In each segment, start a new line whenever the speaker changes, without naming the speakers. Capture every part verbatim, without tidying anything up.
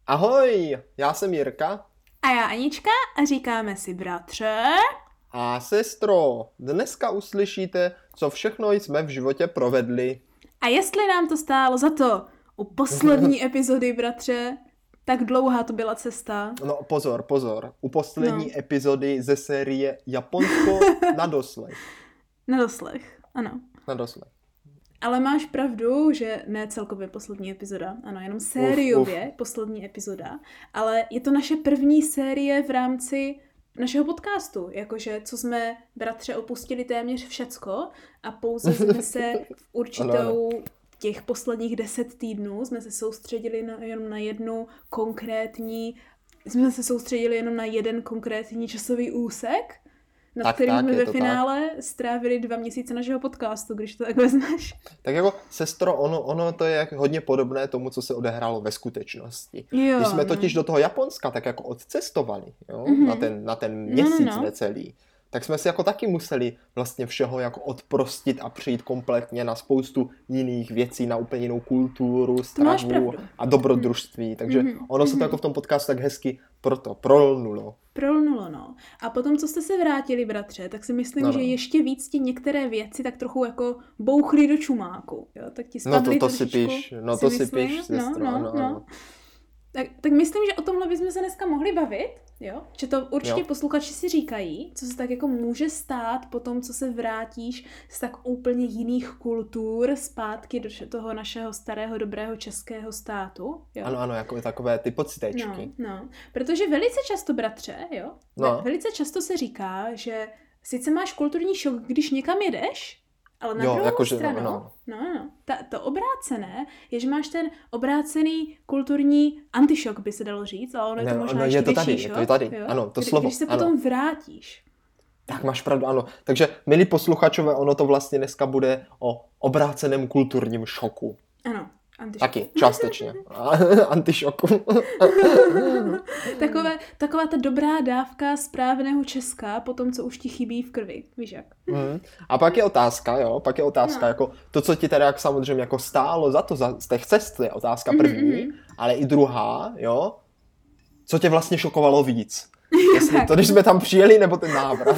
Ahoj, já jsem Jirka.
A já Anička a říkáme si bratře.
A sestro, dneska uslyšíte, co všechno jsme v životě provedli.
A jestli nám to stálo za to u poslední epizody, bratře, tak dlouhá to byla cesta.
No pozor, pozor, u poslední
No.
epizody ze série Japonsko na doslech.
Na doslech, ano.
Na doslech.
Ale máš pravdu, že ne celkově poslední epizoda, ano, jenom sériově uf, uf. poslední epizoda, ale je to naše první série v rámci našeho podcastu, jakože co jsme, bratře, opustili téměř všecko a pouze jsme se v určitou těch posledních deset týdnů jsme se soustředili na, jenom na jednu konkrétní, jsme se soustředili jenom na jeden konkrétní časový úsek, nad
tak,
kterým
tak,
jsme ve finále
tak.
strávili dva měsíce našeho podcastu, když to tak vezmeš.
Tak jako, sestro, ono, ono to je hodně podobné tomu, co se odehrálo ve skutečnosti.
Jo,
když jsme
no.
totiž do toho Japonska tak jako odcestovali, jo,
mm-hmm.
na ten, na ten měsíc
no, no, no.
necelý, tak jsme si jako taky museli vlastně všeho jako odprostit a přijít kompletně na spoustu jiných věcí, na úplně jinou kulturu, stravu a dobrodružství. Takže mm-hmm. ono se to jako v tom podcastu tak hezky proto prolnulo.
Prolnulo, no. A potom, co jste se vrátili, bratře, tak si myslím, no, no. že ještě víc ti některé věci tak trochu jako bouchly do čumáku. Jo? Tak ti spadly
no to, to
trošičku,
si píš, no to si
myslím,
píš, sestro,
no, no,
no,
no.
no.
Tak, tak myslím, že o tomhle bychom se dneska mohli bavit, jo? Že to určitě
jo.
posluchači si říkají, co se tak jako může stát po tom, co se vrátíš z tak úplně jiných kultur zpátky do toho našeho starého, dobrého českého státu. Jo?
Ano, ano, jako takové ty pocitečky.
No, no, protože velice často, bratře, jo?
No.
Velice často se říká, že sice máš kulturní šok, když někam jedeš, ale na
jo,
druhou
jako,
stranu,
že, no,
no, no, ta, to obrácené je, že máš ten obrácený kulturní antišok, by se dalo říct, ale ono je to
no,
možná
no,
ještě
je to
větší
tady,
šok.
Je to tady,
jo?
ano, to
Kdy,
slovo,
Když se
ano.
potom vrátíš.
Tak máš pravdu, ano. Takže, milí posluchačové, ono to vlastně dneska bude o obráceném kulturním šoku.
Ano. Antišoku.
Taky, částečně. Antišoku.
Takové, taková ta dobrá dávka správného Česka po tom, co už ti chybí v krvi. Víš jak?
Mm. A pak je otázka, jo, pak je otázka, no. jako to, co ti teda jak samozřejmě jako stálo za to, za, z těch cest, je otázka první, mm-hmm. ale i druhá, jo, co tě vlastně šokovalo víc? Jestli to, když jsme tam přijeli, nebo ten návrat?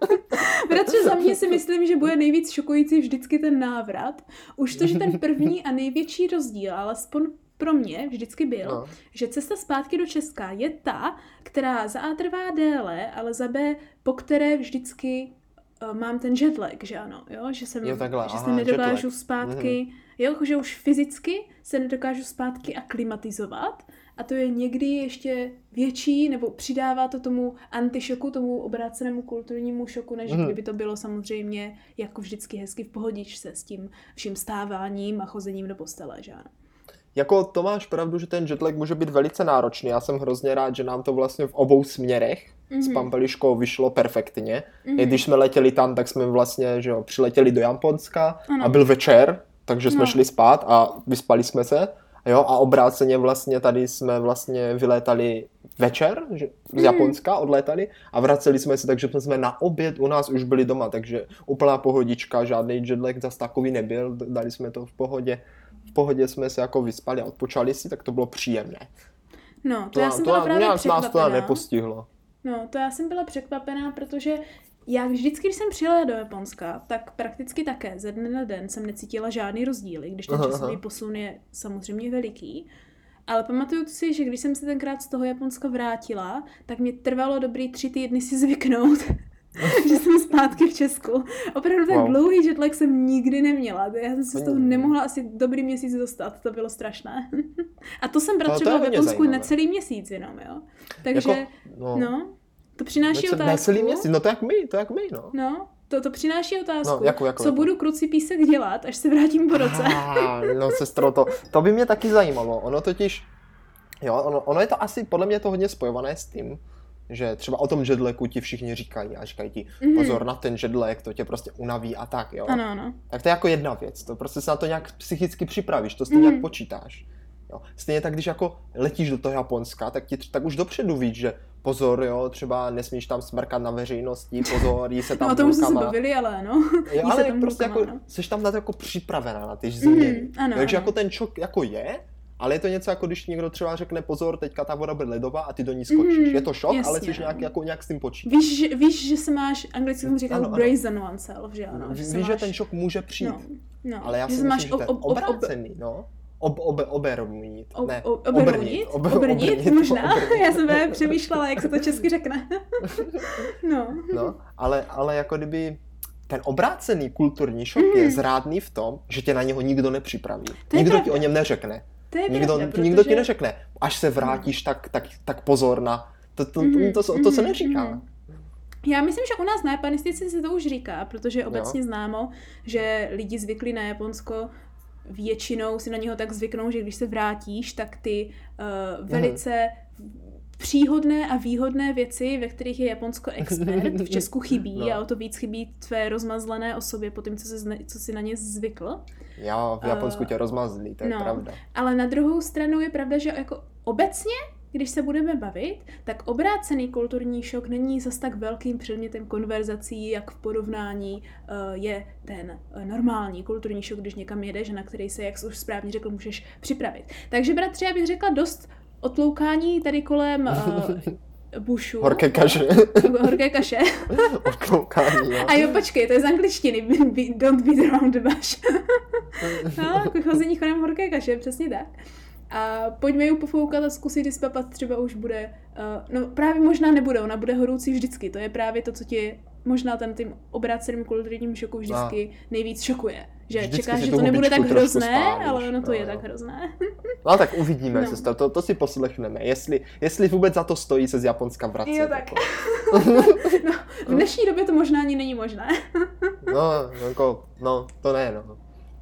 Bratře, za mě si myslím, že bude nejvíc šokující vždycky ten návrat. Už to, že ten první a největší rozdíl, alespoň pro mě vždycky byl, no. že cesta zpátky do Česka je ta, která za A trvá déle, ale za B, po které vždycky uh, mám ten jetlag, že ano, jo? Že, jsem,
jo, takhle,
že
aha,
se nedokážu
jetlag.
zpátky, mm-hmm. jo, že už fyzicky se nedokážu zpátky aklimatizovat. A to je někdy ještě větší, nebo přidává to tomu antišoku, tomu obrácenému kulturnímu šoku, než mm. kdyby to bylo samozřejmě jako vždycky hezky v pohodičce s tím vším stáváním a chozením do postele, že ano.
Jako to máš pravdu, že ten jetlag může být velice náročný. Já jsem hrozně rád, že nám to vlastně v obou směrech mm-hmm. s Pampeliškou vyšlo perfektně. Mm-hmm. Když jsme letěli tam, tak jsme vlastně že jo, přiletěli do Japonska ano. a byl večer, takže jsme no. šli spát a vyspali jsme se. Jo, a obráceně vlastně tady jsme vlastně vylétali večer že, z Japonska, odlétali a vraceli jsme se, takže jsme na oběd u nás už byli doma, takže úplná pohodička, žádný jetlag zas takový nebyl, dali jsme to v pohodě, v pohodě jsme se jako vyspali a odpočali si, tak to bylo příjemné.
No, to,
to
já jsem byla
to,
právě
nás
překvapená.
nás to nepostihlo.
No, to já jsem byla překvapená, protože já vždycky, když jsem přijela do Japonska, tak prakticky také ze dne na den jsem necítila žádný rozdíly, když ten aha, časový aha. posun je samozřejmě veliký. Ale pamatuju si, že když jsem se tenkrát z toho Japonska vrátila, tak mě trvalo dobrý tři týdny si zvyknout, že jsem zpátky v Česku. Opravdu tak wow. dlouhý jetlag jsem nikdy neměla. Já jsem se z toho nemohla asi dobrý měsíc dostat, to bylo strašné. A to jsem bratřeba v Japonsku necelý měsíc jenom, jo. Takže, jako, no... no to přináší
Necel,
otázku.
Necelý měsíc, no to jak my, to jak my, no.
No, to, to přináší otázku,
no, jako, jako,
co
jako.
budu krucí písek dělat, až se vrátím po roce.
Ah, no sestro, to, to by mě taky zajímalo. Ono totiž, jo, ono, ono je to asi, podle mě to hodně spojované s tím, že třeba o tom jetlagu ti všichni říkají a říkají ti, mm-hmm. pozor na ten jetlag, to tě prostě unaví a tak, jo.
Ano, ano.
Tak to je jako jedna věc, to prostě se na to nějak psychicky připravíš, to s tím mm-hmm. nějak počítáš. Jo. Stejně tak, když jako letíš do toho Japonska, tak, ti, tak už dopředu víš, že pozor, jo, třeba nesmíš tam smrkat na veřejnosti, pozor, jí se tam
no, o tom jsme se bavili, ale no.
Jo, ale prostě
bulkama,
jako,
no.
seš tam na to jako připravená na ty změny.
Mm, ano,
Takže
ano.
jako ten šok jako je, ale je to něco jako když někdo třeba řekne pozor, teďka ta voda bude ledová a ty do ní skočíš. Mm, je to šok, jasně, ale chceš nějak, jako, nějak s tím počítat.
Víš, že, víš, že se máš, anglicky tomu říkal brazen oneself, že ano.
Víš,
že,
že ten šok může přijít,
no, no,
ale já si myslím, že to je obrácený, no. Ob, ob, oberunit. Ne,
obrnit? Ob, obrnit? Možná. Obrnit. Já jsem právě přemýšlela, jak se to česky řekne. no.
no, ale, ale jako kdyby ten obrácený kulturní šok mm. je zrádný v tom, že tě na něho nikdo nepřipraví. Nikdo pravda. Ti o něm neřekne.
To je
nikdo,
pravda, protože...
nikdo ti neřekne. Až se vrátíš, no. tak, tak, tak pozor na... To, to, to, to, to, to se neříká.
Mm. Já myslím, že u nás na japanistice se to už říká, protože obecně jo. známo, že lidi zvyklí na Japonsko většinou si na něho tak zvyknou, že když se vrátíš, tak ty uh, velice příhodné a výhodné věci, ve kterých je Japonsko expert, v Česku chybí no. a o to víc chybí tvé rozmazlené osobě po tím, co jsi, co jsi na ně zvykl.
Já v Japonsku uh, tě rozmazlí, to je
no,
pravda.
Ale na druhou stranu je pravda, že jako obecně, když se budeme bavit, tak obrácený kulturní šok není zas tak velkým předmětem konverzací, jak v porovnání uh, je ten uh, normální kulturní šok, když někam jedeš, na který se, jak jsi už správně řekl, můžeš připravit. Takže bratře, já bych řekla dost otloukání tady kolem uh, bušu.
Horké kaše.
Horké kaše.
Otloukání, jo.
A jo, počkej, to je z angličtiny. Don't beat around the bush. No, jako chození kolem horké kaše, přesně tak. A pojďme ji pofoukat a zkusit vyspapat, třeba už bude, uh, no právě možná nebude, ona bude horoucí vždycky, to je právě to, co tě možná ten tím obráceným kulturním šoku vždycky a nejvíc šokuje. Že vždycky čekáš, že to nebude tak hrozné, spálíš, ale ono to no, je no. tak hrozné.
No tak uvidíme, no. sestra, to, to si poslechneme, jestli, jestli vůbec za to stojí se z Japonska vracet.
Jo tak. no, v dnešní době to možná ani není možné.
no, jako, no, to ne, no.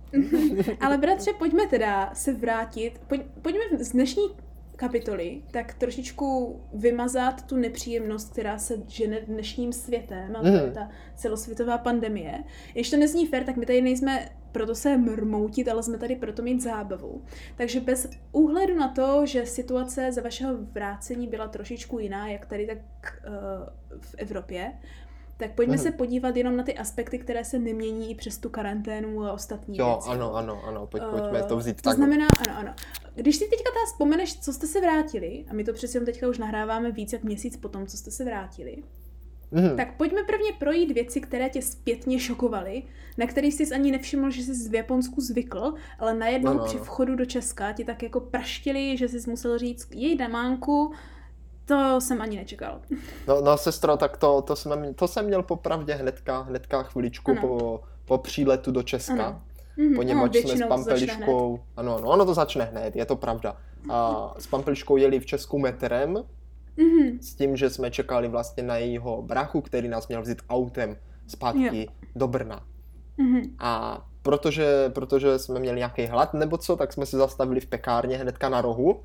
Ale bratře, pojďme teda se vrátit, pojď, pojďme z dnešní kapitoly tak trošičku vymazat tu nepříjemnost, která se žene dnešním světem, a to je ta celosvětová pandemie. Když to nezní fér, tak my tady nejsme proto se mrmoutit, ale jsme tady proto mít zábavu. Takže bez úhledu na to, že situace za vašeho vrácení byla trošičku jiná, jak tady, tak uh, v Evropě, tak pojďme mm. se podívat jenom na ty aspekty, které se nemění i přes tu karanténu a ostatní
jo,
věci.
Jo, ano, ano, ano, Pojď, pojďme to vzít
uh,
tak.
To znamená, ano, ano. Když si teďka teda vzpomeneš, co jste se vrátili, a my to přeci teďka už nahráváme víc jak měsíc po tom, co jste se vrátili, mm. tak pojďme prvně projít věci, které tě zpětně šokovaly, na kterých jsi ani nevšiml, že jsi v Japonsku zvykl, ale najednou no, no, při vchodu do Česka ti tak jako praštili, že jsi musel říct jej damánku. To jsem ani nečekal.
No, no sestro, tak to, to, jsme, to jsem měl popravdě hnedka, hnedka chviličku po, po příletu do Česka. Ano. Mm-hmm. Poněvadž no, jsme s Pampeliškou, ano, ano, ono to začne hned, je to pravda. A s Pampeliškou jeli v Česku metrem, mm-hmm. s tím, že jsme čekali vlastně na jejího brachu, který nás měl vzít autem zpátky jo. do Brna. Mm-hmm. A protože, protože jsme měli nějaký hlad nebo co, tak jsme se zastavili v pekárně hnedka na rohu.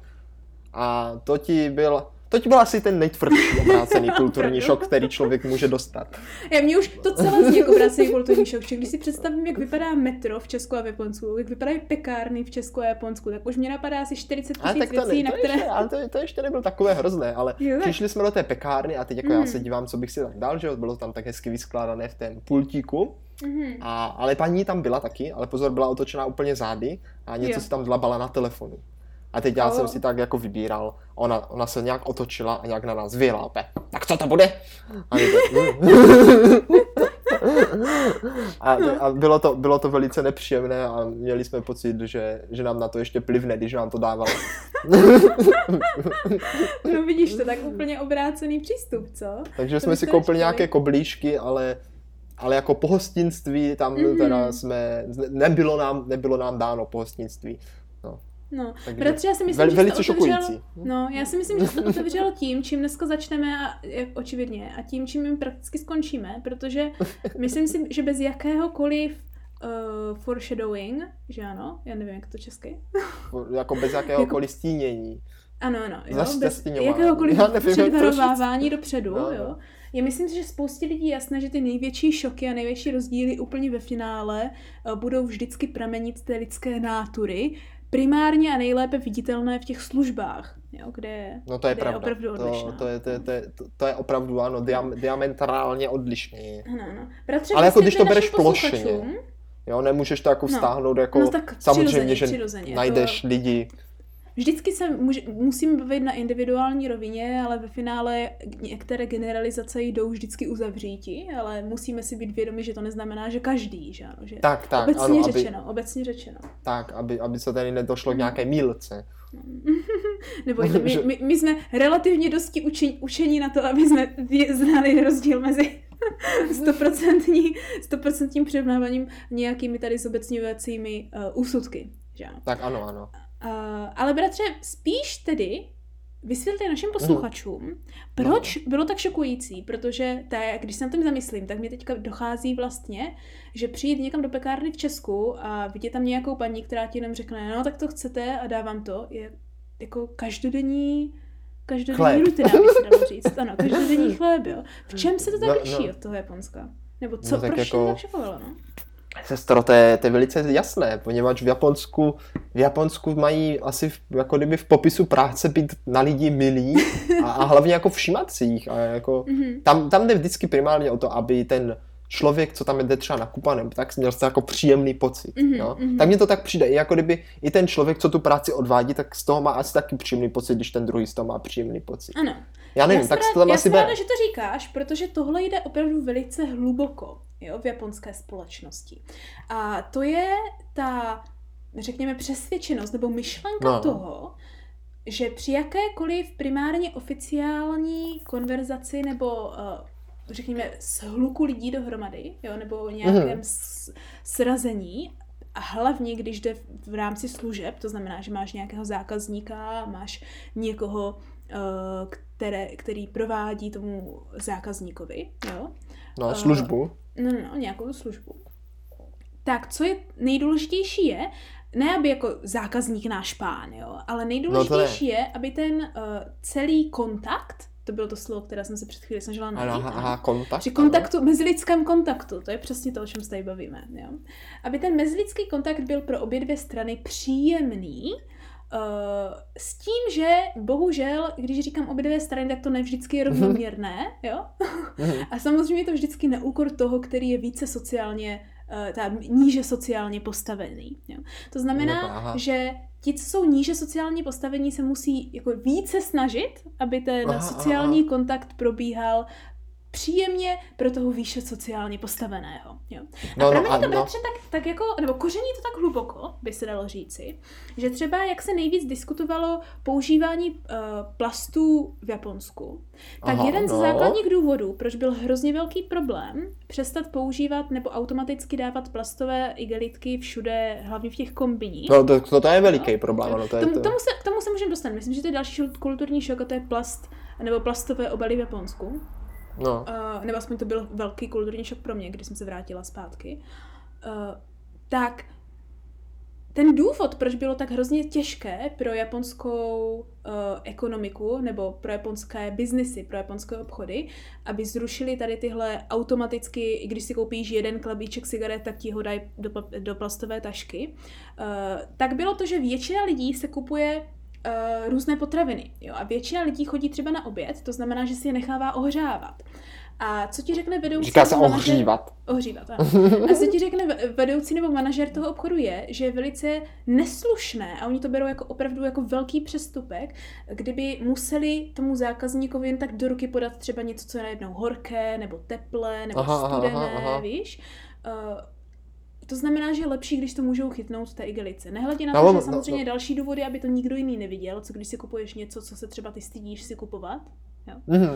A to ti byl... To ti byl asi ten nejtvrdší obrácený kulturní šok, který člověk může dostat.
Já mě už to celé zní jako obrácený kulturní šok. Když si představím, jak vypadá metro v Česku a v Japonsku, jak vypadají pekárny v Česku a Japonsku, tak už mě napadá asi čtyřicet tisíc věcí,
ne,
na které...
Ještě, ale to, to ještě nebylo takové hrozné, ale jo, přišli jsme do té pekárny a teď jako mm. já se dívám, co bych si tak dal, že jo, bylo tam tak hezky vyskládané v tom pultíku. Mm-hmm. A, ale paní tam byla taky, ale pozor, byla otočená úplně zády a něco jo. si tam dlabala na telefonu. A teď já oh. jsem si tak jako vybíral, ona, ona se nějak otočila a nějak na nás vyjela opět. Tak co to bude? A, a, a bylo, to, bylo to velice nepříjemné a měli jsme pocit, že, že nám na to ještě plivne, když nám to dávalo.
No vidíš to, tak úplně obrácený přístup, co?
Takže to jsme si koupili nějaké koblížky, ale... Ale jako pohostinství tam mm-hmm. teda jsme, nebylo nám, nebylo nám dáno pohostinství. No.
No, protože já si myslím,
vel,
že to otevřel, no, já si myslím, že to otevřel tím, čím dneska začneme a jak, očividně, a tím, čím prakticky skončíme, protože myslím si, že bez jakéhokoliv uh, foreshadowing, že ano, já nevím, jak to česky.
Jako bez jakéhokoliv jako... stínění.
Ano, ano, jo, bez jakéhokoliv předvarovávání dopředu, no,
no.
jo. Já myslím si, že spoustě lidí jasné, že ty největší šoky a největší rozdíly úplně ve finále uh, budou vždycky pramenit z té lidské nátury, primárně a nejlépe viditelné v těch službách, jo, kde,
no to je,
kde
pravda.
je opravdu odlišná.
To, to, je, to, je, to, je, to je opravdu, ano, diam, diametrálně odlišný.
Ano, ano. Bratře,
ale jako když to bereš plošně, jo, nemůžeš to jako vztáhnout, no, jako
no, tak
samozřejmě, že
přirozeně,
najdeš
to...
lidi,
vždycky se může, musím bavit na individuální rovině, ale ve finále některé generalizace jdou vždycky uzavříti, ale musíme si být vědomi, že to neznamená, že každý, že ano, že
tak, tak,
obecně
ano,
řečeno,
aby,
obecně řečeno.
Tak, aby, aby se tady nedošlo k nějaké mýlce.
Nebo my, my, my jsme relativně dosti učení, učení na to, aby jsme znali rozdíl mezi stoprocentní, stoprocentním přirovnáváním nějakými tady zobecňovacími uh, úsudky. Že ano?
Tak ano, ano.
Uh, ale bratře, spíš tedy vysvětli našim posluchačům, mm. proč no. bylo tak šokující, protože té, když se na tom zamyslím, tak mi teďka dochází vlastně, že přijít někam do pekárny v Česku a vidět tam nějakou paní, která ti jenom řekne, no tak to chcete a dávám to, je jako každodenní každodenní rutina, by se dalo říct. Ano, každodenní chléb, jo. V čem se to tak liší no, no. od toho Japonska? Nebo co,
no, tak
proč
jako...
to tak šokovalo, no?
Sestro, to je, to je velice jasné, poněvadž v Japonsku, v Japonsku mají asi v, jako kdyby v popisu práce být na lidi milí a, a hlavně jako všímat si jich. A jako, mm-hmm. tam, tam jde vždycky primárně o to, aby ten člověk, co tam jde třeba nakupanem, tak měl jsi jako příjemný pocit. Mm-hmm, no? mm-hmm. Tak mně to tak přijde. I jako kdyby i ten člověk, co tu práci odvádí, tak z toho má asi taky příjemný pocit, když ten druhý z toho má příjemný pocit.
Ano.
Já nevím,
já
tak
rád,
to tam
já
asi
jsem
bere.
ráda, že to říkáš, protože tohle jde opravdu velice hluboko, jo, v japonské společnosti. A to je ta, řekněme, přesvědčenost nebo myšlenka no. toho, že při jakékoliv primárně oficiální konverzaci nebo uh, řekněme shluku lidí dohromady, jo, nebo nějakém mm-hmm. srazení, a hlavně, když jde v rámci služeb, to znamená, že máš nějakého zákazníka, máš někoho, které, který provádí tomu zákazníkovi, jo?
No, službu.
No, no, no, nějakou službu. Tak, co je nejdůležitější je, ne aby jako zákazník náš pán, jo, ale nejdůležitější no je, aby ten uh, celý kontakt, to bylo to slovo, které jsem se před chvíli snažila najít.
Aha, aha, kontakt.
Při kontaktu, ano. mezilidském kontaktu, to je přesně to, o čem se tady bavíme. Jo? Aby ten mezilidský kontakt byl pro obě dvě strany příjemný, uh, s tím, že bohužel, když říkám obě dvě strany, tak to nevždycky je rovnoměrné, jo? A samozřejmě je to vždycky na úkor toho, který je více sociálně, uh, ta níže sociálně postavený. Jo? To znamená, no, že ti, co jsou níže sociálně postavení, se musí jako více snažit, aby ten aha, sociální aha. kontakt probíhal příjemně pro toho výše sociálně postaveného. Jo. A no, pramení no, to, bratře, no. tak, tak jako, nebo koření to tak hluboko, by se dalo říci, že třeba jak se nejvíc diskutovalo používání uh, plastů v Japonsku, tak aha, jeden no. z základních důvodů, proč byl hrozně velký problém přestat používat nebo automaticky dávat plastové igelitky všude, hlavně v těch kombiních.
No, to, to, to je veliký no. problém. No, to je
tomu,
to.
Tomu, se, k tomu se můžeme dostat. Myslím, že to je další kulturní šok a to je plast nebo plastové obaly v Japonsku.
No.
Uh, nebo aspoň to byl velký kulturní šok pro mě, když jsem se vrátila zpátky. Uh, tak ten důvod, proč bylo tak hrozně těžké pro japonskou uh, ekonomiku nebo pro japonské biznesy, pro japonské obchody, aby zrušili tady tyhle automaticky, i když si koupíš jeden klabíček cigaret, tak ti ho dají do, do plastové tašky, uh, tak bylo to, že většina lidí se kupuje Uh, různé potraviny. Jo? A většina lidí chodí třeba na oběd, to znamená, že si je nechává ohřávat. A co ti řekne vedoucí...
Říká se
manažer...
ohřívat.
Ohřívat, ano. A co ti řekne vedoucí nebo manažer toho obchodu je, že je velice neslušné a oni to berou jako opravdu jako velký přestupek, kdyby museli tomu zákazníkovi jen tak do ruky podat třeba něco, co je najednou horké, nebo teplé, nebo aha, studené, aha, aha. víš? Uh, To znamená, že je lepší, když to můžou chytnout v té igelice. Nehledě na to, no, že samozřejmě no, no. další důvody, aby to nikdo jiný neviděl, co když si kupuješ něco, co se třeba ty stydíš si kupovat. Jo? Mm-hmm.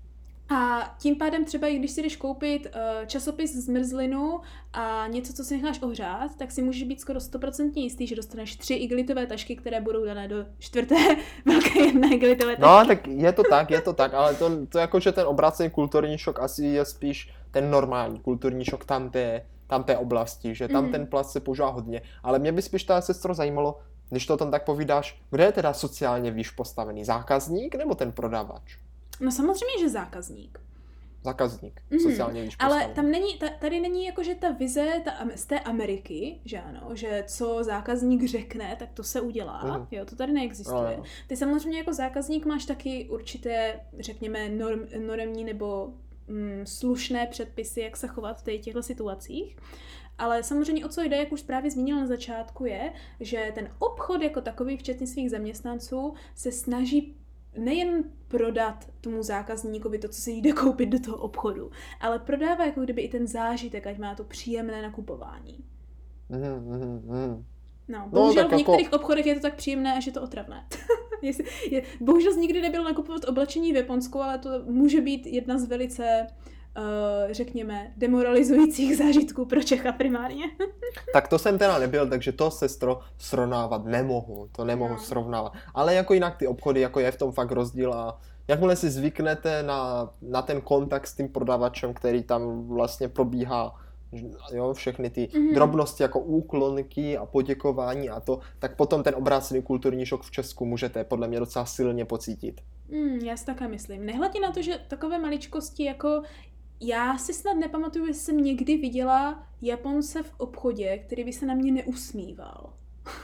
A tím pádem třeba, i když si jdeš koupit uh, časopis z mrzlinu a něco, co si necháš ohřát, tak si můžeš být skoro stoprocentně jistý, že dostaneš tři igelitové tašky, které budou dané do čtvrté velké jedné igelitové tašky.
No, tak je to tak, je to tak, ale to, to jako, že ten obrácený kulturní šok asi je spíš ten normální kulturní šok tam té, tam té oblasti, že tam mm. ten plast se používá hodně. Ale mě by spíš ta sestro zajímalo, když to tam tak povídáš, kde je teda sociálně výš postavený, zákazník nebo ten prodavač?
No samozřejmě, že zákazník.
Zákazník, mm. sociálně výš postavený.
Ale tam není, tady není jakože ta vize ta, z té Ameriky, že ano, že co zákazník řekne, tak to se udělá, mm. jo, to tady neexistuje. No, no. Ty samozřejmě jako zákazník máš taky určité, řekněme, norm, normní nebo mm, slušné předpisy, jak se chovat v těchto situacích. Ale samozřejmě o co jde, jak už právě zmínil na začátku, je, že ten obchod jako takový, včetně svých zaměstnanců, se snaží nejen prodat tomu zákazníkovi to, co se jde koupit do toho obchodu, ale prodává jako kdyby i ten zážitek, ať má to příjemné nakupování.
Mm, mm, mm.
No, bohužel
no,
v některých
jako...
obchodech je to tak příjemné, až je to otravné. je, bohužel jsi nikdy nebyl nakupovat oblečení v Japonsku, ale to může být jedna z velice, uh, řekněme, demoralizujících zážitků pro Čecha primárně.
Tak to jsem teda nebyl, takže to, sestro, srovnávat nemohu. To nemohu no. srovnávat. Ale jako jinak ty obchody, jako je v tom fakt rozdíl a jakmile si zvyknete na, na ten kontakt s tím prodavačem, který tam vlastně probíhá, jo, všechny ty mm-hmm. drobnosti jako úklonky a poděkování a to, tak potom ten obrácený kulturní šok v Česku můžete podle mě docela silně pocítit.
Mm, já si také myslím. Nehledě na to, že takové maličkosti jako já si snad nepamatuju, jestli jsem někdy viděla Japonce v obchodě, který by se na mě neusmíval.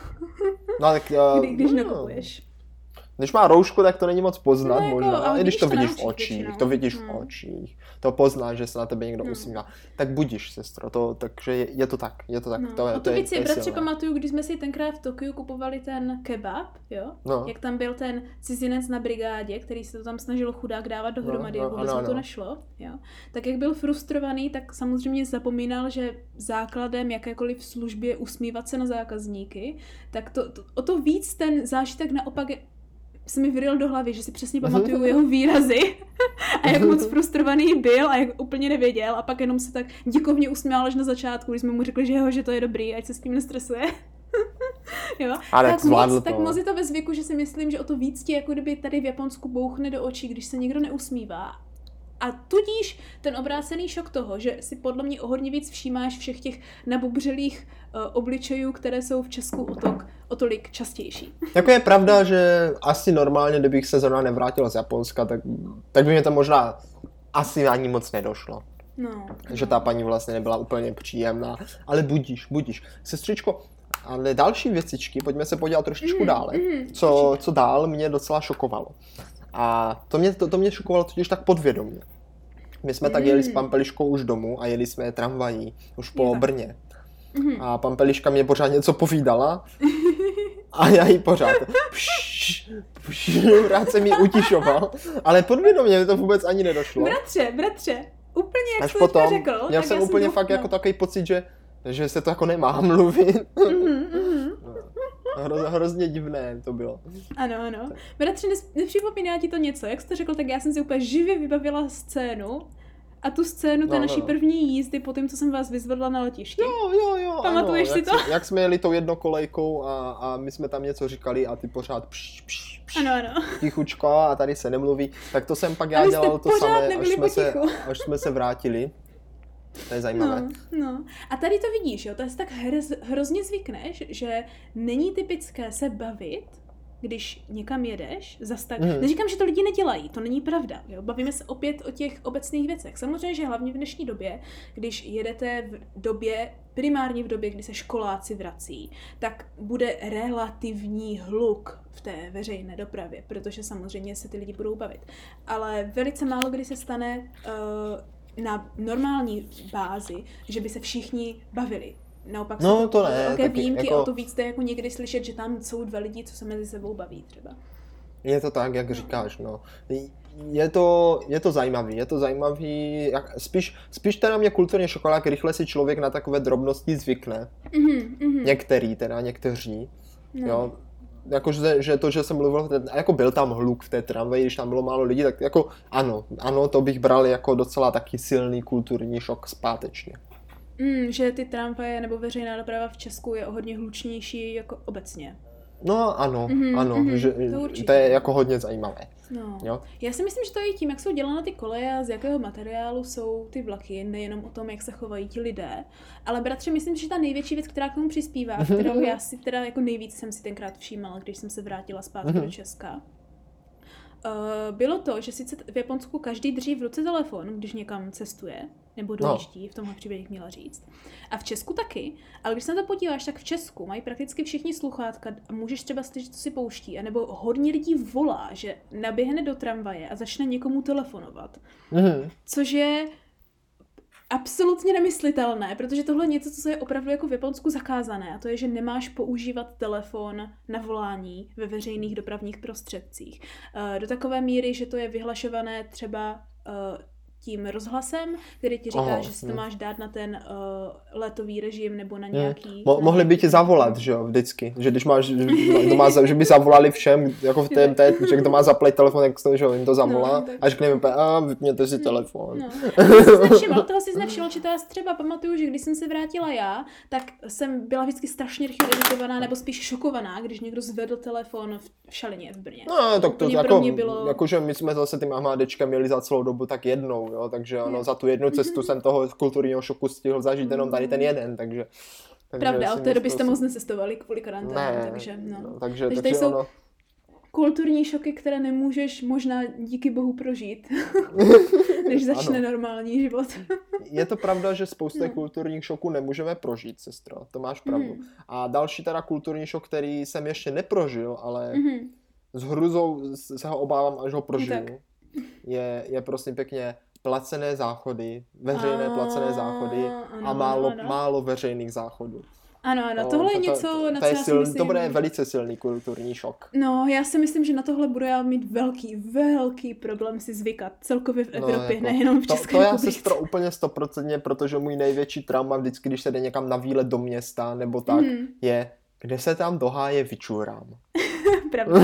No, tak, uh,
Kdy, když
no.
nakupuješ.
Když má roušku, tak to není moc poznat,
no, jako,
možná, ale když to vidíš v očích,
většinou.
to vidíš
hmm.
v očích, to poznáš, že se na tebe někdo hmm. usmívá, tak budíš, sestro, to, takže je, je to tak, je to tak.
No.
To je,
o to,
to je,
víc si,
to je
bratře,
silné.
pamatuju, když jsme si tenkrát v Tokiu kupovali ten kebab, jo,
no.
jak tam byl ten cizinec na brigádě, který se to tam snažil chudák dávat dohromady,
no,
jak
no,
vůbec
no,
mu to
no.
nešlo, jo, tak jak byl frustrovaný, tak samozřejmě zapomínal, že základem jakékoliv služby je usmívat se na zákazníky, tak to, to, o to víc ten zážitek naopak je, se mi vyril do hlavy, že si přesně pamatuju jeho výrazy a jak moc frustrovaný byl a jak úplně nevěděl a pak jenom se tak díkovně usmál až na začátku, když jsme mu řekli, že jeho, že to je dobrý, ať se s tím nestresuje. Jo?
Ale
tak,
moc,
to. tak moc je to ve zvyku, že si myslím, že o to víc ti jako kdyby tady v Japonsku bouchne do očí, když se někdo neusmívá. A tudíž ten obrácený šok toho, že si podle mě o hodně víc všímáš všech těch nabubřelých uh, obličejů, které jsou v Česku o, tok, o tolik častější.
Jako je pravda, že asi normálně, kdybych se zrovna nevrátil z Japonska, tak, tak by mě to možná asi ani moc nedošlo.
No,
že
no.
ta paní vlastně nebyla úplně příjemná, ale budíš, budíš. Sestřičko, ale další věcičky, pojďme se podívat trošičku
mm,
dále,
mm,
co, co dál mě docela šokovalo. A to mě, to, to mě šokovalo totiž tak podvědomě. My jsme mm. tak jeli s Pampeliškou už domů a jeli jsme tramvají už po Brně. Mm. A Pampeliška mě pořád něco povídala a já jí pořád pš, pš, rád se mi utišoval, ale podvědomě mi to vůbec ani nedošlo.
Bratře, bratře, úplně jak
až
jsi
potom,
to řekl.
Měl jsem úplně jsem fakt jako takový pocit, že, že se to jako nemá mluvit.
Mm, mm.
Hro, hrozně divné to bylo.
Ano, ano. Bratře, nepřipomíná ti to něco? Jak jsi to řekl, tak já jsem si úplně živě vybavila scénu. A tu scénu té no, naší no. první jízdy po tom, co jsem vás vyzvedla na letišti.
Jo, jo, jo.
Pamatuješ
ano,
si to?
Jak, jak jsme jeli tou jednokolejkou a, a my jsme tam něco říkali a ty pořád pš, pš, pš,
ano, ano.
tichučko a tady se nemluví. Tak to jsem pak já dělal to samé, až jsme, se, až jsme se vrátili. To je zajímavé.
No, no. A tady to vidíš, jo, to je tak hrz, hrozně zvykneš, že není typické se bavit, když někam jedeš, zas tak... Mm. Neříkám, že to lidi nedělají, to není pravda, jo. Bavíme se opět o těch obecných věcech. Samozřejmě, že hlavně v dnešní době, když jedete v době, primárně v době, kdy se školáci vrací, tak bude relativní hluk v té veřejné dopravě, protože samozřejmě se ty lidi budou bavit. Ale velice málo kdy se stane uh, na normální bázi, že by se všichni bavili. Naopak
no,
jsou
to ne,
velké výjimky,
jako...
o to víc jde jako někdy slyšet, že tam jsou dva lidi, co se mezi sebou baví třeba.
Je to tak, jak no. říkáš, no. Je to, je to zajímavý, je to zajímavý, jak, spíš, spíš teda mě kulturně šokovalo, jak rychle si člověk na takové drobnosti zvykne.
Mm-hmm, mm-hmm.
Některý, teda někteří,
no.
jo. Jakože že to, že jsem mluvil, jako byl tam hluk v té tramvaji, když tam bylo málo lidí, tak jako ano, ano, to bych bral jako docela taky silný kulturní šok zpátečně.
Mm, že ty tramvaje nebo veřejná doprava v Česku je o hodně hlučnější jako obecně.
No ano,
mm-hmm,
ano,
mm-hmm,
že,
to,
to je jako hodně zajímavé.
No.
Jo?
Já si myslím, že to je tím, jak jsou dělány ty koleje a z jakého materiálu jsou ty vlaky, nejenom o tom, jak se chovají ti lidé. Ale bratře, myslím, že ta největší věc, která k tomu přispívá, kterou já si teda jako nejvíc jsem si tenkrát všímala, když jsem se vrátila zpátky mm-hmm. do Česka, Uh, bylo to, že sice v Japonsku každý drží v ruce telefon, když někam cestuje, nebo dojíždí, no. v tomhle případě měla říct. A v Česku taky, ale když se na to podíváš, tak v Česku mají prakticky všichni sluchátka a můžeš třeba slyšet, co si pouští, anebo hodně lidí volá, že naběhne do tramvaje a začne někomu telefonovat. Mm. Což je absolutně nemyslitelné, protože tohle je něco, co je opravdu jako v Japonsku zakázané, a to je, že nemáš používat telefon na volání ve veřejných dopravních prostředcích. Do takové míry, že to je vyhlašované třeba tím rozhlasem, který ti říká, Aha, že si to máš dát na ten uh, letový režim nebo na nějaký...
Mo- mohli by ti zavolat, že jo, vždycky. Že když máš, že, má, že by zavolali všem, jako v T M T, že kdo má zaplať telefon, jak to, že jo, jim to zavolá, no, a řekne mi, a vypněte si telefon.
No. Toho si nevšiml, toho si nevšiml, že to já třeba pamatuju, že když jsem se vrátila já, tak jsem byla vždycky strašně rychle iritovaná, nebo spíš šokovaná, když někdo zvedl telefon v Šalině v Brně.
No, tak to jako, bylo... jakože my jsme zase tím AMHDčka měli za celou dobu tak jednou, jo, takže ano, za tu jednu cestu jsem toho kulturního šoku stihl zažít jenom tady ten jeden, takže...
takže pravda, od té doby jste moc necestovali kvůli karanténě,
ne,
takže no.
no takže,
takže,
takže
jsou
ono...
kulturní šoky, které nemůžeš možná díky bohu prožít, než začne ano. normální život.
Je to pravda, že spousta no. kulturních šoků nemůžeme prožít, sestro, to máš pravdu. Mm. A další teda kulturní šok, který jsem ještě neprožil, ale mm-hmm. s hrůzou se ho obávám, až ho prožiju, no je, je prosím pěkně placené záchody, veřejné a, placené záchody ano, a málo, ano. málo veřejných záchodů.
Ano, ano, tohle je něco,
to, to,
na
to
co
je
já
sil,
si myslím...
To bude velice silný kulturní šok.
No, já si myslím, že na tohle budu já mít velký, velký problém si zvykat. Celkově v Evropě, no, jako, nejenom v České
To, to já
republice.
se stro úplně stoprocentně, protože můj největší trauma vždycky, když se jde někam na výlet do města, nebo tak, mm. je, kde se tam do háje vyčurám.
Pravda.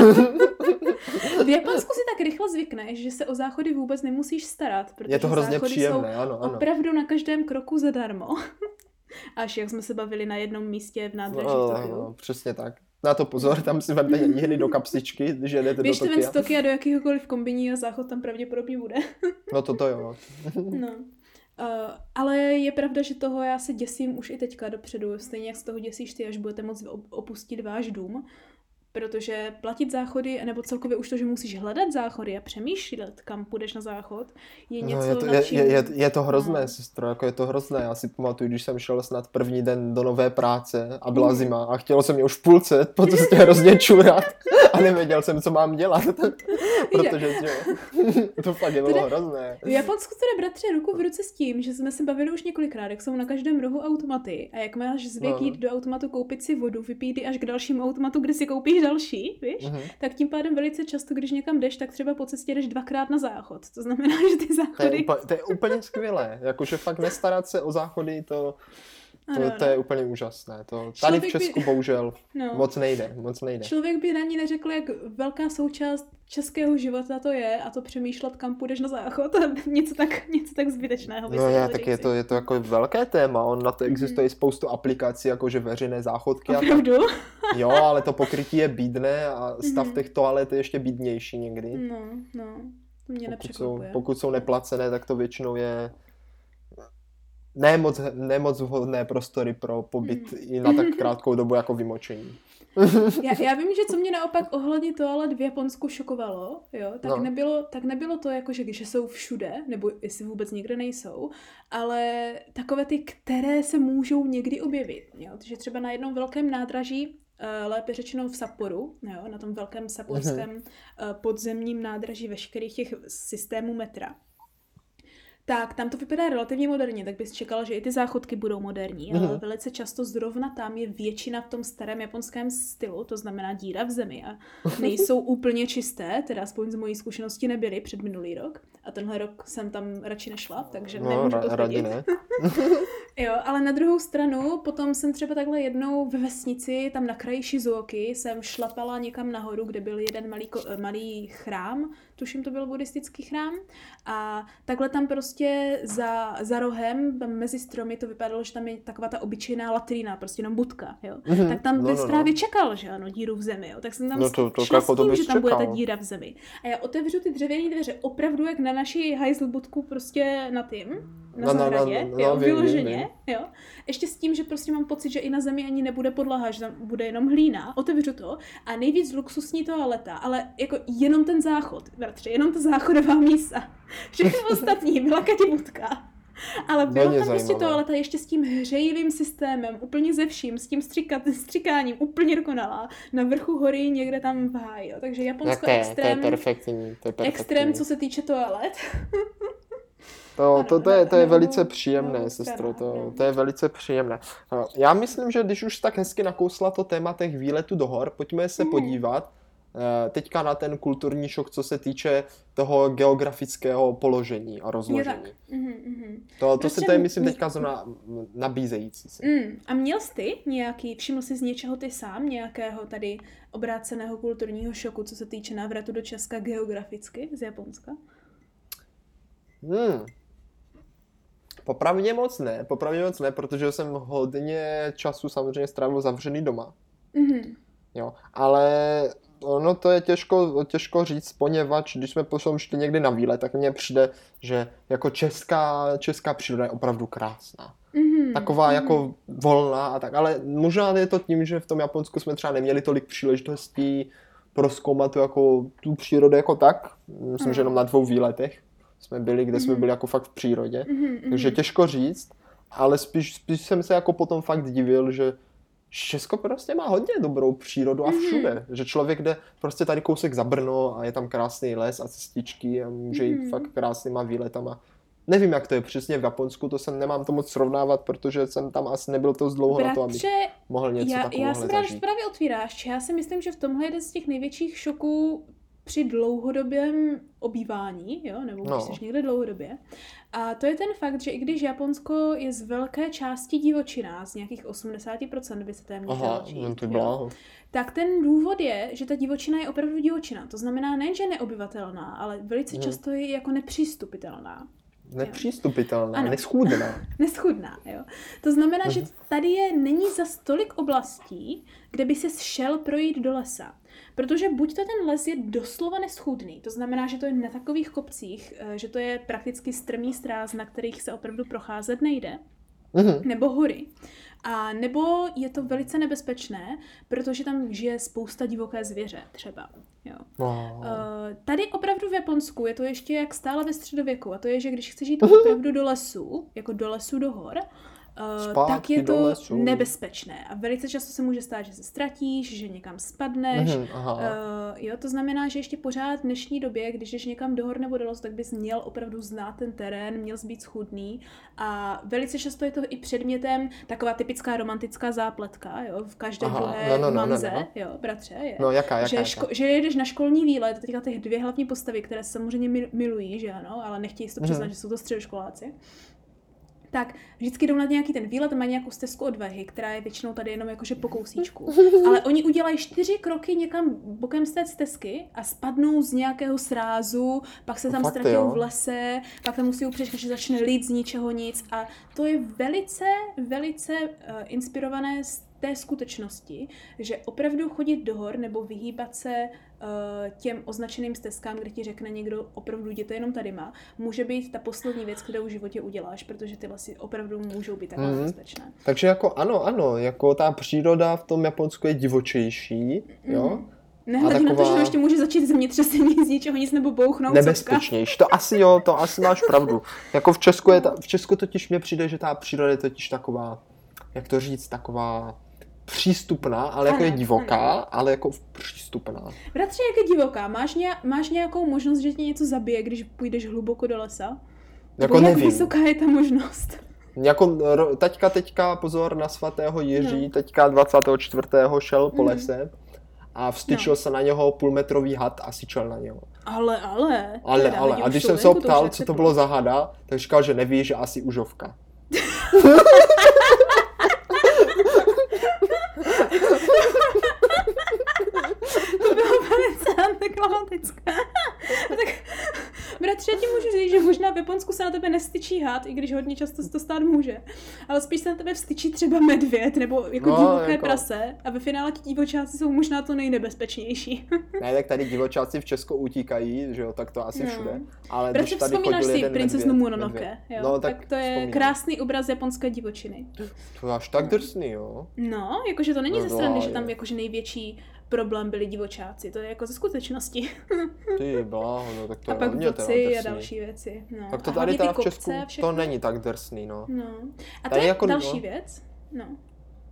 V Japonsku si tak rychle zvykneš, že se o záchody vůbec nemusíš starat, protože
je to hrozně
záchody
příjemné,
jsou
ano, ano.
opravdu na každém kroku zadarmo. Až jak jsme se bavili na jednom místě v nádraží
no,
v Tokiu.
No, přesně tak. Na to pozor, tam si vemte jehny do kapsičky, když jedete do Tokia.
Běžte ven z Tokia do jakýhokoliv kombiní a záchod tam pravděpodobně bude.
No to to jo.
No. Uh, ale je pravda, že toho já se děsím už i teďka dopředu, stejně jak z toho děsíš ty, až budete moct opustit váš dům. Protože platit záchody, nebo celkově už to, že musíš hledat záchody a přemýšlet, kam půjdeš na záchod, je něco,
no, je, to,
na čím...
je, je, je to hrozné, no. sestro, jako je to hrozné. Já si pamatuju, když jsem šel snad první den do nové práce a byla mm. zima a chtělo se mě už v půlce po cestě hrozně čurat a nevěděl jsem, co mám dělat. Protože že, to fakt je bylo hrozné.
V Japonsku to jde, bratře, ruku v ruce s tím, že jsme se bavili už několikrát, jak jsou na každém rohu automaty a jak máš zvyk no. jít do automatu koupit si vodu, vypít až k dalšímu automatu, kde si koupíš další, víš? Mm-hmm. Tak tím pádem velice často, když někam jdeš, tak třeba po cestě jdeš dvakrát na záchod. To znamená, že ty záchody...
To je, úplně, to je úplně skvělé. Jakože fakt nestarat se o záchody, to, to, ano, to je úplně úžasné. To, tady v Česku by... bohužel no. moc nejde, moc nejde.
Člověk by na ní neřekl, jak velká součást českého života to je a to přemýšlet, kam půjdeš na záchod a něco tak, něco tak zbytečného.
No já, tak je to, je to jako velké téma, on na to existuje mm-hmm. spoustu aplikací, jakože veřejné záchodky.
Opravdu?
A tak. Jo, ale to pokrytí je bídné a stav mm-hmm. těch toalet je ještě bídnější někdy.
No, no, to mě nepřekvapuje.
Pokud jsou neplacené, tak to většinou je nemoc, nemoc vhodné prostory pro pobyt mm. i na tak krátkou dobu jako vymočení.
Já, já vím, že co mě naopak ohledně toalet v Japonsku šokovalo, jo, tak, no. nebylo, tak nebylo to jako, že, že jsou všude, nebo jestli vůbec nikde nejsou, ale takové ty, které se můžou někdy objevit, jo, takže třeba na jednom velkém nádraží, lépe řečeno v Sapporu, jo, na tom velkém sapporském mm-hmm. podzemním nádraží veškerých těch systémů metra. Tak, tam to vypadá relativně moderně, tak bys čekal, že i ty záchodky budou moderní, mm-hmm. ale velice často zrovna tam je většina v tom starém japonském stylu, to znamená díra v zemi a nejsou úplně čisté, teda aspoň z mojí zkušenosti nebyly před minulý rok a tenhle rok jsem tam radši nešla, takže no, nemůžu to tvrdit. Ne. Jo, ale na druhou stranu, potom jsem třeba takhle jednou ve vesnici, tam na kraji Shizuoky, jsem šlapala někam nahoru, kde byl jeden malý, malý chrám, tuším to byl buddhistický chrám a takhle tam prostě za, za rohem, mezi stromy to vypadalo, že tam je taková ta obyčejná latrína, prostě jenom budka, jo. Mm-hmm. Tak tam bys no, no, právě no. čekal, že ano, díru v zemi, jo. Tak jsem tam no to, to, šla s tím, že tam čekal. Bude ta díra v zemi. A já otevřu ty dřevěné dveře opravdu jak na naší hajzlbudku prostě na tím, na no, zahradě, no, no, no, jo, no, vyloženě, vím, vím. Jo. Ještě s tím, že prostě mám pocit, že i na zemi ani nebude podlaha, že tam bude jenom hlína. Otevřu to a nejvíc luxusní toaleta, ale jako jenom ten záchod, bratře, jenom ta záchodová mísa. Všechno ostatní byla katibudka. Ale byla tam prostě toaleta ještě s tím hřejivým systémem, úplně ze vším, s tím stříkat, stříkáním, úplně dokonalá. Na vrchu hory někde tam v háji, jo. Takže Japonsko
to je,
extrém,
to je perfektní, to je perfektní.
Extrém, co se týče toalet.
To, to, to, je, to je velice příjemné, sestro, to, to je velice příjemné. Já myslím, že když už tak hezky nakousla to téma těch výletů do hor, pojďme se mm. podívat teďka na ten kulturní šok, co se týče toho geografického položení a rozložení. Mm-hmm. To, to se tady myslím teďka zrovna nabízející si.
Mm. A měl jsi ty nějaký, všiml jsi z něčeho ty sám, nějakého tady obráceného kulturního šoku, co se týče návratu do Česka geograficky z Japonska?
Hmm. Popravdě moc ne, popravdě moc ne, protože jsem hodně času samozřejmě strávil zavřený doma. Mm-hmm. Jo, ale ono to je těžko, těžko říct, poněvadž když jsme potom šli někdy na výlet, tak mně přijde, že jako česká, česká příroda je opravdu krásná. Mm-hmm. Taková mm-hmm. jako volná a tak, ale možná je to tím, že v tom Japonsku jsme třeba neměli tolik příležitostí prozkoumat tu, jako, tu přírodu jako tak. Myslím, mm. že jenom na dvou výletech jsme byli, kde mm-hmm. jsme byli jako fakt v přírodě. Mm-hmm. Takže těžko říct, ale spíš, spíš jsem se jako potom fakt divil, že Česko prostě má hodně dobrou přírodu a všude. Mm-hmm. Že člověk jde prostě tady kousek za Brno a je tam krásný les a cestičky a může jít mm-hmm. fakt krásnýma výletama. Nevím, jak to je přesně v Japonsku, to jsem nemám to moc srovnávat, protože jsem tam asi nebyl to dlouho
Bratře,
na to, abych mohl něco
já,
takového
já
zažít.
Já jsem rád, že právě otvíráš. Já si myslím, že v tomhle jeden z těch největších šoků při dlouhodobém obývání, jo, nebo když no. jsi někde dlouhodobě. A to je ten fakt, že i když Japonsko je z velké části divočina, z nějakých osmdesát procent by se téměř dalo říct, tak ten důvod je, že ta divočina je opravdu divočina. To znamená nejen, že je neobyvatelná, ale velice často je jako nepřístupitelná.
Nepřístupitelná, neschůdná.
Neschůdná, jo. To znamená, že tady je, není zas tolik oblastí, kde by se šel projít do lesa. Protože buď to ten les je doslova neschůdný, to znamená, že to je na takových kopcích, že to je prakticky strmý stráz, na kterých se opravdu procházet nejde, mm-hmm. nebo hory. A nebo je to velice nebezpečné, protože tam žije spousta divoké zvěře třeba. Jo. Wow. Uh, tady opravdu v Japonsku je to ještě jak stále ve středověku, a to je, že když chceš jít opravdu do lesu, jako do lesu do hor, Uh, tak je to nebezpečné a velice často se může stát, že se ztratíš, že někam spadneš. Mm-hmm, uh, jo, to znamená, že ještě pořád v dnešní době, když jdeš někam do hor nebo do lesu, tak bys měl opravdu znát ten terén, měl být schůdný a velice často je to i předmětem taková typická romantická zápletka, jo, v každé Aha, druhé no, no, no, manze, no, no. jo, bratře, je.
No, jaká, jaká,
že,
jaká?
Ško- že jedeš na školní výlet, teďka těch dvě hlavní postavy, které se samozřejmě milují, že ano, ale nechtějí si to přiznat, mm-hmm. že jsou to středoškoláci. Tak vždycky jdou na nějaký ten výlet a mají nějakou stezku odvahy, která je většinou tady jenom jakože po kousíčku. Ale oni udělají čtyři kroky někam bokem z té stezky a spadnou z nějakého srázu, pak se tam Fakt, ztratí v lese, pak tam musí upřít, že začne lít z ničeho nic a to je velice, velice uh, inspirované z té skutečnosti, že opravdu chodit do hor nebo vyhýbat se uh, těm označeným stezkám, kde ti řekne někdo opravdu jděte jenom tady má, může být ta poslední věc, kterou v životě uděláš, protože ty lesy opravdu můžou být takhle nebezpečné. Mm.
Takže jako ano, ano, jako ta příroda v tom Japonsku je divočejší, mm. jo?
Nehledě taková... na to, že tam ještě může začít zemětřesení z ničeho nic nebo bouchnout.
Nebezpečnější, to asi jo, to asi máš pravdu. Jako v Česku je ta, v Česku totiž mně přijde, že ta příroda je totiž taková, jak to říct, taková přístupná, ale jako ano, je divoká, ano. ale jako přístupná.
Bratře, jak je divoká? Máš, ně, máš nějakou možnost, že tě něco zabije, když půjdeš hluboko do lesa?
Jako
Nebo
nevím.
Jak vysoká je ta možnost?
Jako taťka teďka, pozor na svatého Jiří, no. teďka dvacátého čtvrtého šel po mm. lese a vstyčil no. se na něho půlmetrový had a syčel na něho.
Ale, ale.
Ale, ale. A když jsem se ho ptal, co to bylo za hada, tak říkal, že neví, že asi užovka.
To bylo velice antiklimatické. Tak, bratře, já ti můžu říct, že možná v Japonsku se na tebe nestyčí had, i když hodně často se to stát může. Ale spíš se na tebe vstyčí třeba medvěd nebo jako no, divoké jako... prase a ve finále ti divočáci jsou možná to nejnebezpečnější.
Ne, tak tady divočáci v Česku utíkají, že jo, tak to asi no. všude. Ale
bratře, když tady vzpomínáš si princeznu Mononoke, jo? No, tak, tak to je vzpomínám. Krásný obraz japonské divočiny.
To je až tak drsný, jo?
No, jakože to není no, ze strany, že tam jakože největší problém byli divočáci, to je jako ze skutečnosti.
Ty bláho, no tak to
a
je
pak
hodně
vlci a další věci. No.
Tak to tady teda v Česku to není tak drsný, no.
no. A to je jako, další no. věc, no.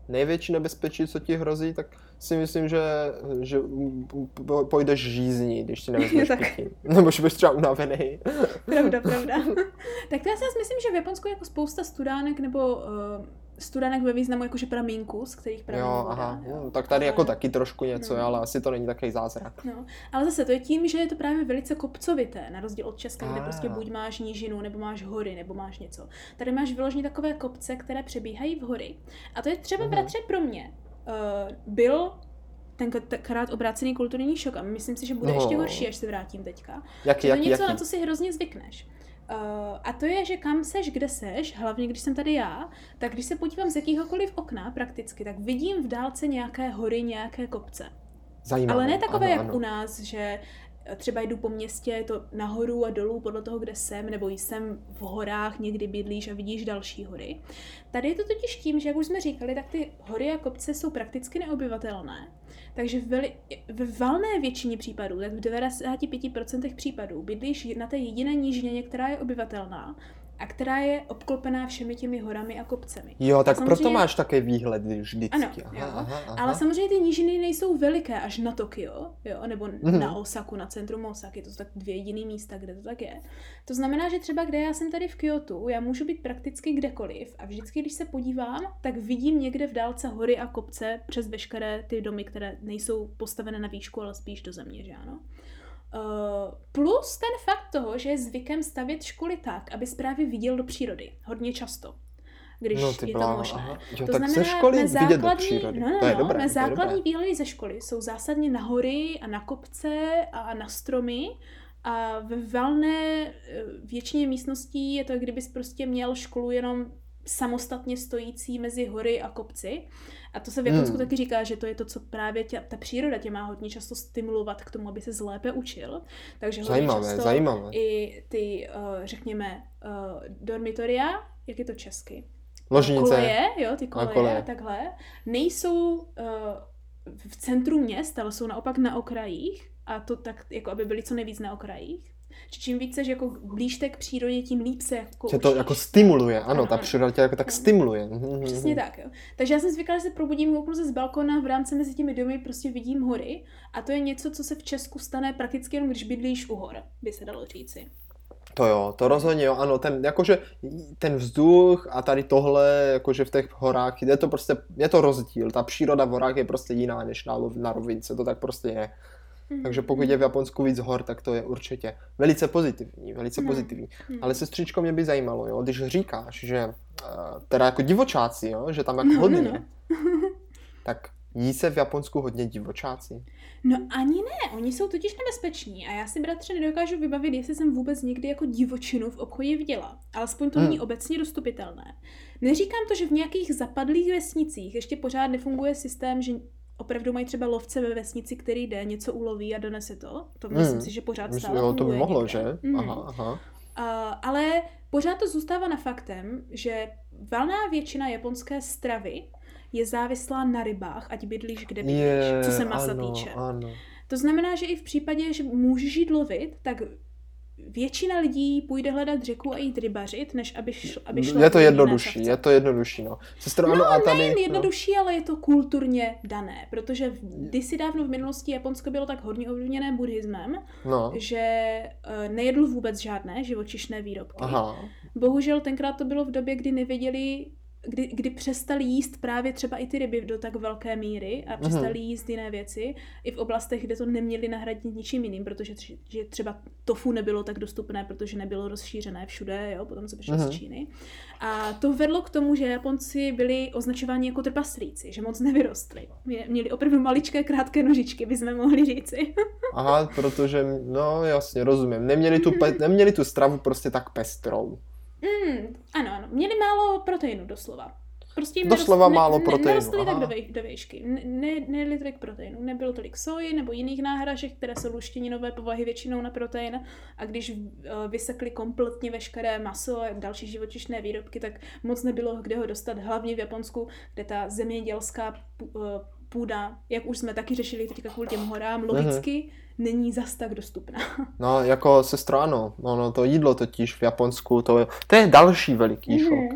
největší nebezpečí, co ti hrozí, tak si myslím, že, že pojdeš žízní, když ti nevezmeš pití. Nebo že budeš třeba unavený.
Pravda, pravda. Tak to já si myslím, že v Japonsku je jako spousta studánek nebo uh, studánek ve významu jakože pramínku, z kterých pramení
jo,
voda.
aha, jo, tak tady ale... jako taky trošku něco, no. Ale asi to není takový zázrak.
No, ale zase to je tím, že je to právě velice kopcovité, na rozdíl od Česka, kde prostě buď máš nížinu, nebo máš hory, nebo máš něco. Tady máš vyloženě takové kopce, které přebíhají v hory. A to je třeba, bratře, pro mě uh, byl tenkrát obrácený kulturní šok a myslím si, že bude no. ještě horší, až se vrátím teďka.
Jaký,
to je
jaký,
něco,
jaký?
na co si hrozně zvykneš. Uh, a to je, že kam seš, kde seš, hlavně když jsem tady já, tak když se podívám z jakýhokoliv okna prakticky, tak vidím v dálce nějaké hory, nějaké kopce.
Zajímavé.
Ale ne takové,
ano,
jak
ano.
u nás, že třeba jdu po městě, je to nahoru a dolů podle toho, kde jsem, nebo jsem v horách, někdy bydlíš a vidíš další hory. Tady je to totiž tím, že jak už jsme říkali, tak ty hory a kopce jsou prakticky neobyvatelné. Takže v veli, ve valné většině případů, tak v devadesát pět procent případů bydlíš na té jediné nížině, která je obyvatelná a která je obklopená všemi těmi horami a kopcemi.
Jo, tak
samozřejmě...
proto máš takový výhled vždycky.
Ano,
aha,
jo.
Aha, aha.
Ale samozřejmě ty nížiny nejsou veliké až na Tokio, jo, nebo
mm-hmm.
na Osaku, na centrum Osaky, to jsou tak dvě jediný místa, kde to tak je. To znamená, že třeba kde já jsem tady v Kyotu, já můžu být prakticky kdekoliv a vždycky, když se podívám, tak vidím někde v dálce hory a kopce přes veškeré ty domy, které nejsou postavené na výšku, ale spíš do země, že ano. Uh, plus ten fakt toho, že je zvykem stavět školy tak, aby právě viděl do přírody. Hodně často. Když
no,
je
byla,
to možné.
Jo,
to
tak
znamená,
ze školy
mé
vidět
základní,
do přírody.
no, no,
to je
no,
dobré.
mé
to
základní
je dobré.
výhledy ze školy jsou zásadně na hory a na kopce a na stromy. A ve valné většině místností je to, kdybys prostě měl školu jenom samostatně stojící mezi hory a kopci. A to se v Japonsku hmm. taky říká, že to je to, co právě tě, ta příroda tě má hodně často stimulovat k tomu, aby se lépe učil. Takže hodně
zajímavé,
často
zajímavé.
i ty, uh, řekněme, uh, dormitoria, jak je to česky?
Ložnice.
Koleje, jo, ty koleje, a
koleje.
takhle, nejsou uh, v centru měst, ale jsou naopak na okrajích a to tak, jako aby byly co nejvíc na okrajích. Čím více, že jako blížte k přírodě, tím líp se jako
Tě to učíš. Jako stimuluje, ano, ano ta příroda tě jako tak
ano.
stimuluje.
Přesně tak, jo. Takže já jsem zvykala, že se probudím, kouknu se z balkona, v rámci mezi těmi domy prostě vidím hory a to je něco, co se v Česku stane prakticky jenom, když bydlíš u hor, by se dalo říci.
To jo, to rozhodně jo, ano, ten, jakože ten vzduch a tady tohle, jakože v těch horách, je to prostě, je to rozdíl, ta příroda v horách je prostě jiná než na, na rovince, to tak prostě je. Mm. Takže pokud je v Japonsku víc hor, tak to je určitě velice pozitivní, velice mm. pozitivní. Mm. Ale sestřičko, mě by zajímalo, jo, když říkáš, že uh, teda jako divočáci, jo, že tam jako
no,
hodně,
no, no.
tak jí se v Japonsku hodně divočáci?
No ani ne, oni jsou totiž nebezpeční a já si, bratře, nedokážu vybavit, jestli jsem vůbec někdy jako divočinu v obchodě viděla. Alespoň to hmm. není obecně dostupitelné. Neříkám to, že v nějakých zapadlých vesnicích ještě pořád nefunguje systém, že opravdu mají třeba lovce ve vesnici, který jde, něco uloví a donese to. To myslím hmm. si, že pořád stále
jo,
funguje.
to by mohlo,
někde.
že?
Hmm.
Aha, aha.
Uh, ale pořád to zůstává na faktem, že valná většina japonské stravy je závislá na rybách, ať bydlíš, kde bydlíš, je, co se masa
ano,
týče.
Ano.
To znamená, že i v případě, že můžeš jít lovit, tak většina lidí půjde hledat řeku a jít rybařit, než aby, šl, aby šlo...
Je to jednodušší, je to jednodušší, no. Sestro,
no,
ano, a tady,
nejen jednodušší, no. ale je to kulturně dané, protože kdysi dávno v minulosti Japonsko bylo tak hodně ovlivněné buddhismem, no. že nejedl vůbec žádné živočišné výrobky. Aha. Bohužel tenkrát to bylo v době, kdy nevěděli, Kdy, kdy přestali jíst právě třeba i ty ryby do tak velké míry a přestali mm. jíst jiné věci i v oblastech, kde to neměli nahradit ničím jiným, protože tři, že třeba tofu nebylo tak dostupné, protože nebylo rozšířené všude, jo, potom se přišlo mm. z Číny. A to vedlo k tomu, že Japonci byli označováni jako trpaslíci, že moc nevyrostli. Měli opravdu maličké, krátké nožičky, bychom mohli říci.
Aha, protože, no jasně, rozumím. Neměli tu, pe- neměli tu stravu prostě tak pestrou.
Mm, ano, ano. Měli málo proteinu, doslova. Prostě jim
doslova
nerost,
málo
ne,
proteinu.
Nerostli tak do, vej, do výšky. Ne, nejedli tolik proteinu. Nebylo tolik soji nebo jiných náhražek, které jsou luštěninové povahy většinou na protein. A když uh, vysekli kompletně veškeré maso a další živočišné výrobky, tak moc nebylo kde ho dostat. Hlavně v Japonsku, kde ta zemědělská uh, půda, jak už jsme taky řešili teďka kvůli těm horám, logicky mm-hmm. není zas tak dostupná.
No, jako sestro, ano. No, no, to jídlo totiž v Japonsku, to je, to je další veliký šok. Mm-hmm.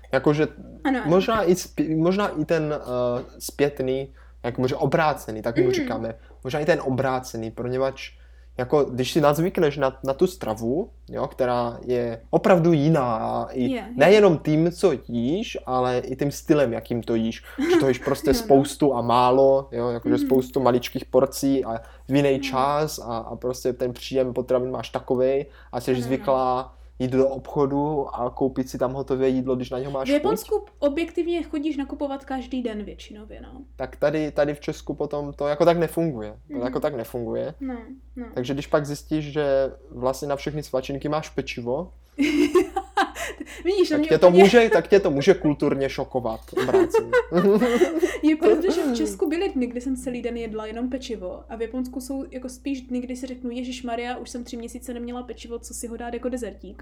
Jakože
ano, ano.
možná i, spí, možná i ten uh, zpětný, jak může obrácený, tak mu mm. říkáme. Možná i ten obrácený, poněvadž jako když si nazvykneš na, na tu stravu, jo, která je opravdu jiná, i
yeah,
nejenom tím, co jíš, ale i tím stylem, jakým to jíš. Že to jíš prostě no, spoustu a málo, jo, jakože mm. spoustu maličkých porcí a v jiný mm. čas a, a prostě ten příjem potravin máš takovej a jsi no, zvyklá jít do obchodu a koupit si tam hotové jídlo, když na něho máš
chuť. V Japonsku objektivně chodíš nakupovat každý den většinově, no.
Tak tady, tady v Česku potom to jako tak nefunguje. To mm. jako tak nefunguje.
No, no.
Takže když pak zjistíš, že vlastně na všechny svačinky máš pečivo,
Vidíš,
tak, tě to úplně... může, tak tě to může kulturně šokovat. Obráceně.
Je pravda, že v Česku byly dny, kdy jsem celý den jedla jenom pečivo a v Japonsku jsou jako spíš dny, kdy si řeknu, ježišmarja, už jsem tři měsíce neměla pečivo, co si ho dát jako dezertík.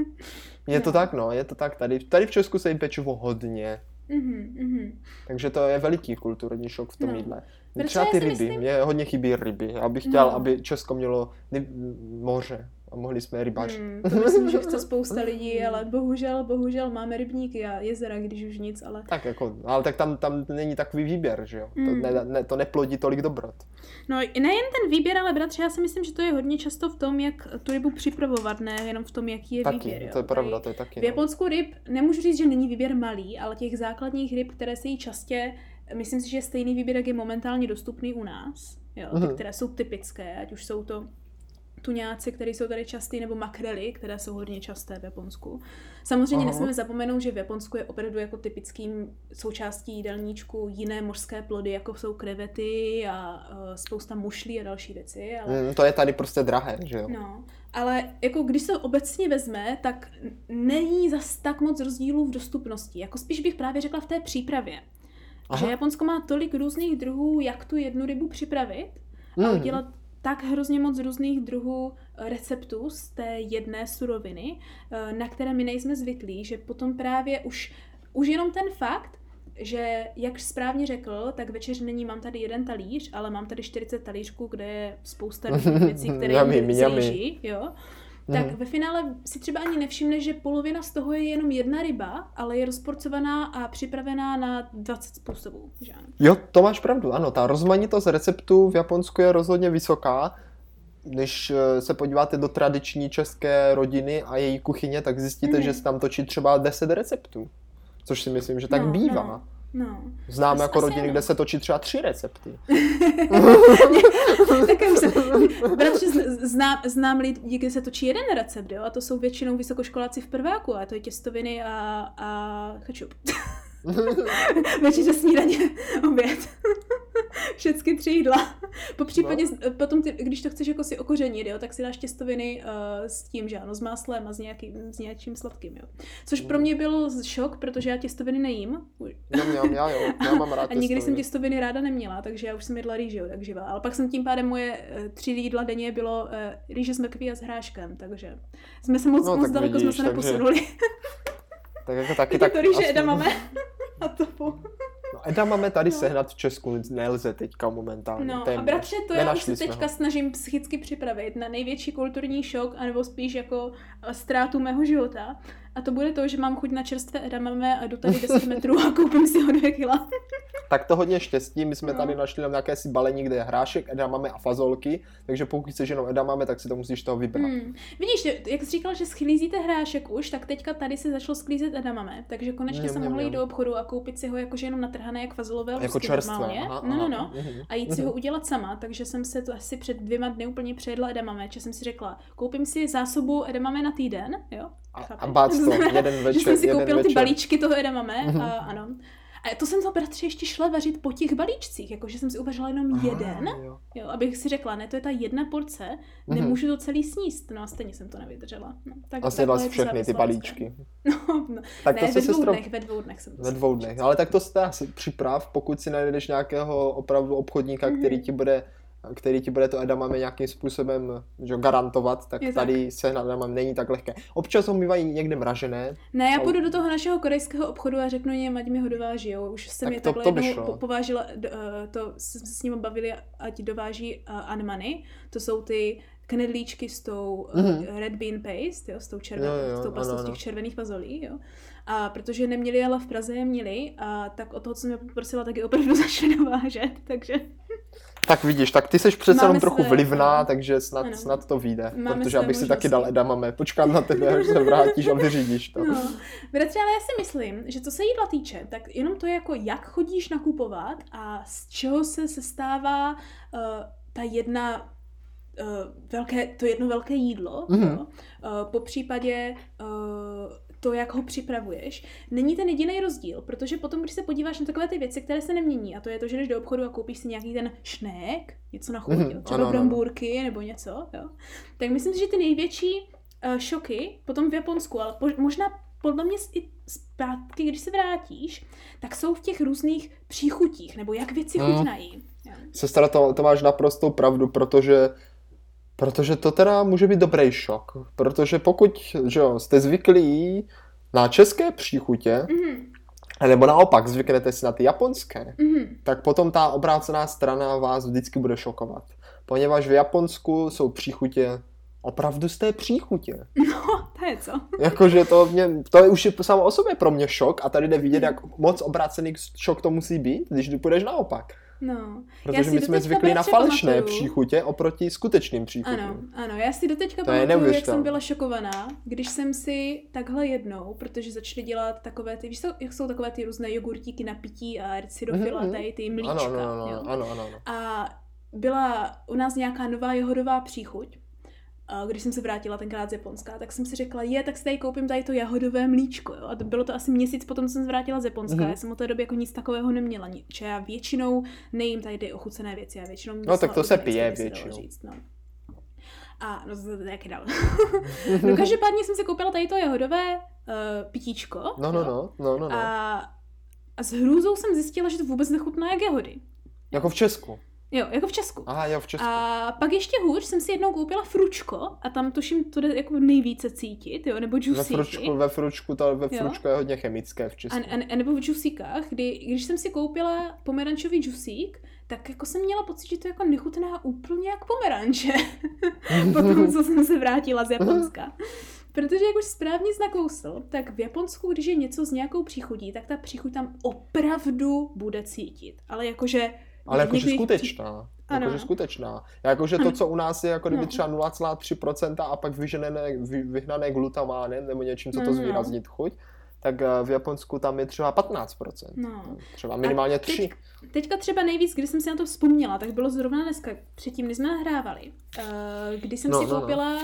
Je to tak, no, je to tak. Tady, tady v Česku se jí pečivo hodně.
Mm-hmm, mm-hmm.
Takže to je veliký kulturní šok v tom no. jídle.
Protože
třeba ty ryby,
myslím...
mě hodně chybí ryby. Já bych chtěl, no. aby Česko mělo moře a mohli jsme rybařit.
Mm, to myslím, že chce spousta lidí, ale bohužel, bohužel máme rybníky a jezera, když už nic, ale...
Tak jako, ale tak tam, tam není takový výběr, že jo? Mm. To, ne, ne, to neplodí tolik dobrot.
No nejen ten výběr, ale bratře, já si myslím, že to je hodně často v tom, jak tu rybu připravovat, ne jenom v tom, jaký je
taky,
výběr. Jo?
To je pravda, to je taky.
V Japonsku ryb, nemůžu říct, že není výběr malý, ale těch základních ryb, které se jí častě, myslím si, že je stejný výběr, jak je momentálně dostupný u nás, jo? Ty, mm. které jsou typické, ať už jsou to tuňáci, které jsou tady častý, nebo makrely, které jsou hodně časté v Japonsku. Samozřejmě nesmíme zapomenout, že v Japonsku je opravdu jako typickým součástí jídelníčku jiné mořské plody, jako jsou krevety a uh, spousta mušlí a další věci. Ale...
Mm, to je tady prostě drahé, že jo?
No, ale jako když se obecně vezme, tak není zas tak moc rozdílů v dostupnosti. Jako spíš bych právě řekla v té přípravě. Aha. Že Japonsko má tolik různých druhů, jak tu jednu rybu připravit a
mm.
udělat tak hrozně moc různých druhů receptů z té jedné suroviny, na které my nejsme zvyklí, že potom právě už, už jenom ten fakt, že jak správně řekl, tak večeř není mám tady jeden talíř, ale mám tady čtyřicet talířků, kde je spousta různých věcí, které zříží, jo. Tak mm. ve finále si třeba ani nevšimneš, že polovina z toho je jenom jedna ryba, ale je rozporcovaná a připravená na dvacet způsobů. Že?
Jo, to máš pravdu, ano. Ta rozmanitost receptů v Japonsku je rozhodně vysoká. Když se podíváte do tradiční české rodiny a její kuchyně, tak zjistíte, mm. že se tam točí třeba deset receptů. Což si myslím, že tak
no,
bývá.
No. No.
Znám jako rodiny, kde se točí třeba tři recepty.
Tak se, bratře, znám, znám lidi, kde se točí jeden recept, jo? A to jsou většinou vysokoškoláci v prváku, a to je těstoviny a, a kečup. Večeře, snídaně, oběd. Všechny tři jídla. Po případě, no. potom, ty, když to chceš jako si okořenit, jo, tak si dáš těstoviny uh, s tím, že ano, s máslem a s, nějakým, s nějakým sladkým, jo. Což pro mě byl šok, protože já těstoviny nejím.
Já, já, já, jo, já mám rád
a nikdy jsem těstoviny ráda neměla, takže já už jsem jedla rýži, jo, tak živá. Ale pak jsem tím pádem moje uh, tři jídla denně bylo uh, rýže s mrkví a s hráškem, takže jsme se moc, no, moc daleko vidíš, jsme se takže... neposunuli.
Tak jako taky tak.
To rýže edamame a tofu.
No, edamame tady no. sehnat v Česku nelze teďka momentálně.
No
téměř.
A bratře, to já už se teďka
ho.
snažím psychicky připravit na největší kulturní šok, anebo spíš jako ztrátu mého života. A to bude to, že mám chuť na čerstvé edamame a jdu tady deset metrů a koupím si ho dvě kila.
Tak to hodně štěstí, my jsme
no.
tady našli nějaké si balení, kde je hrášek, edamame a fazolky, takže pokud chceš jenom edamame, tak si to musíš toho vybrat. Hmm.
Vidíš, jak jsi říkal, že schlízíte hrášek už, tak teďka tady se začalo sklízet edamame, takže konečně jsem mohla jít do obchodu a koupit si ho jakože jenom natrhané jak fazolové
jako čerstvé.
Aha, no, no, no. Uh-huh. A jít si ho udělat sama, takže jsem se to asi před dvěma dny úplně přejedla edamame, že jsem si řekla, koupím si zásobu edamame na týden, jo?
A, a bác to, jeden večer,
že jsem si koupila
večer.
ty balíčky toho edamame uh-huh. a ano. A to jsem to bratře ještě šla vařit po těch balíčcích, jakože jsem si uvařila jenom Aha, jeden, jo. Jo, abych si řekla, ne, to je ta jedna porce, mm-hmm. nemůžu to celý sníst, no a stejně jsem to nevydržela. No, tak,
a snědla jsi všechny ty balíčky.
No, no.
Tak
ne,
to
ve dvou
sestro...
dnech, ve dvou dnech jsem to
Ve dvou dnech, ale tak to se asi připrav, pokud si najdeš nějakého opravdu obchodníka, mm-hmm. který ti bude který ti bude to edamame nějakým způsobem že, garantovat, tak je tady tak. sehnat edamame není tak lehké. Občas ho mývají někde mražené.
Ne, já půjdu do toho našeho korejského obchodu a řeknu jim, ať mi ho dováží. Jo. Už jsem tak je to, takhle to jednou povážila, to jsme s ním bavili, ať dováží uh, anemany. To jsou ty knedlíčky s tou
Mhm.
red bean paste, jo, s tou, červenou,
Jo, jo,
s tou pastou
ano,
z těch
ano.
červených fazolí, jo. A protože neměli, ale v Praze je měli, a tak o toho, co mě poprosila, taky opravdu začali dovážet, takže...
Tak vidíš, tak ty seš přece
Máme
jenom trochu
své,
vlivná,
ano.
takže snad,
Ano.
snad to vyjde.
Máme
Protože
své
abych si taky
možnosti.
dal edamame. Počkám na tebe, až se vrátíš a vyřídíš to.
No, bratře, ale já si myslím, že co se jídla týče, tak jenom to jako jak chodíš nakupovat a z čeho se sestává uh, ta jedna uh, velké, to jedno velké jídlo,
Mhm.
jo? Uh, po případě uh, to, jak ho připravuješ, není ten jediný rozdíl, protože potom, když se podíváš na takové ty věci, které se nemění, a to je to, že jdeš do obchodu a koupíš si nějaký ten šnék, něco na chuť,
Mhm,
jo? třeba
ano, ano.
brambůrky nebo něco, jo? Tak myslím si, že ty největší uh, šoky potom v Japonsku, ale po, možná podle mě i zpátky, když se vrátíš, tak jsou v těch různých příchutích, nebo jak věci
Hmm.
chutnají. Jo.
Sestra, to, to máš naprostou pravdu, protože, protože to teda může být dobrý šok. Protože pokud že jo, jste zvyklí na české příchutě,
Mhm,
nebo naopak zvyknete si na ty japonské,
mhm.
tak potom ta obrácená strana vás vždycky bude šokovat. Poněvadž v Japonsku jsou příchutě opravdu z té příchutě.
No, to je co?
Jakože to, mě, to je už samo o sobě pro mě šok a tady jde vidět, jak moc obrácený šok to musí být, když ty půjdeš naopak.
No. Já
Protože
si
my jsme
doteďka,
zvyklí na
bratře,
falešné
pamatuju-
příchutě oproti skutečným příchutím.
Ano, ano, já si doteďka
To je
pamatuju, jak
neuvěřitelné.
jsem byla šokovaná, když jsem si takhle jednou, protože začali dělat takové ty, víš, co, jak jsou takové ty různé jogurtíky na pití a cidofila,
Mhm.
tady ty mlíčka,
Ano, ano, ano,
jo.
ano, ano, ano.
A byla u nás nějaká nová jahodová příchuť. A když jsem se vrátila tenkrát z Japonska, tak jsem si řekla, je, tak si tady koupím tady to jahodové mlíčko. Jo? A to bylo to asi měsíc potom, co jsem se vrátila z Japonska.
Mhm.
Já jsem od té doby jako nic takového neměla. Če já většinou nejím tady ty ochucené věci. Já většinou
No, tak to se
vegetaricky,
pije
by dalo
většinou.
Říct, no. A no, to taky dal. No, každopádně jsem si koupila tady to jahodové uh, pitíčko.
No, no,
jo?
no, no, no, no.
A, a s hrůzou jsem zjistila, že to vůbec nechutná jak jahody.
Jako v Česku.
Jo, jako v Česku.
Aha, jo, v Česku.
A pak ještě hůř jsem si jednou koupila fručko a tam tuším to jde jako nejvíce cítit, jo, nebo
Ve
džusíky.
fručku, ve fručku, to, ve
Jo.
fručku je hodně chemické v
A,
Česku.
a, a nebo v džusíkách, kdy když jsem si koupila pomerančový džusík, tak jako jsem měla pocit, že to jako nechutná úplně jak pomeranče. Potom, co jsem se vrátila z Japonska. Protože jak už správně nakousl, tak v Japonsku, když je něco s nějakou příchutí, tak ta příchuť tam opravdu bude cítit. Ale jakože...
Ale
v
jakože
některých
skutečná.
Ano.
Jakože skutečná. Jakože to,
Ano.
co u nás je jako kdyby
No.
třeba nula celá tři procenta a pak vyženené, vy, vyhnané glutamánem nebo něčím, co
No,
to
no.
zvýrazní chuť, tak eh, v Japonsku tam je třeba patnáct procent.
No.
Třeba minimálně
teď-
tři.
Teďka třeba nejvíc, když jsem si na to vzpomněla, tak bylo zrovna dneska, předtím, než jsme nahrávali, uh, kdy jsem
No,
si
no, no.
koupila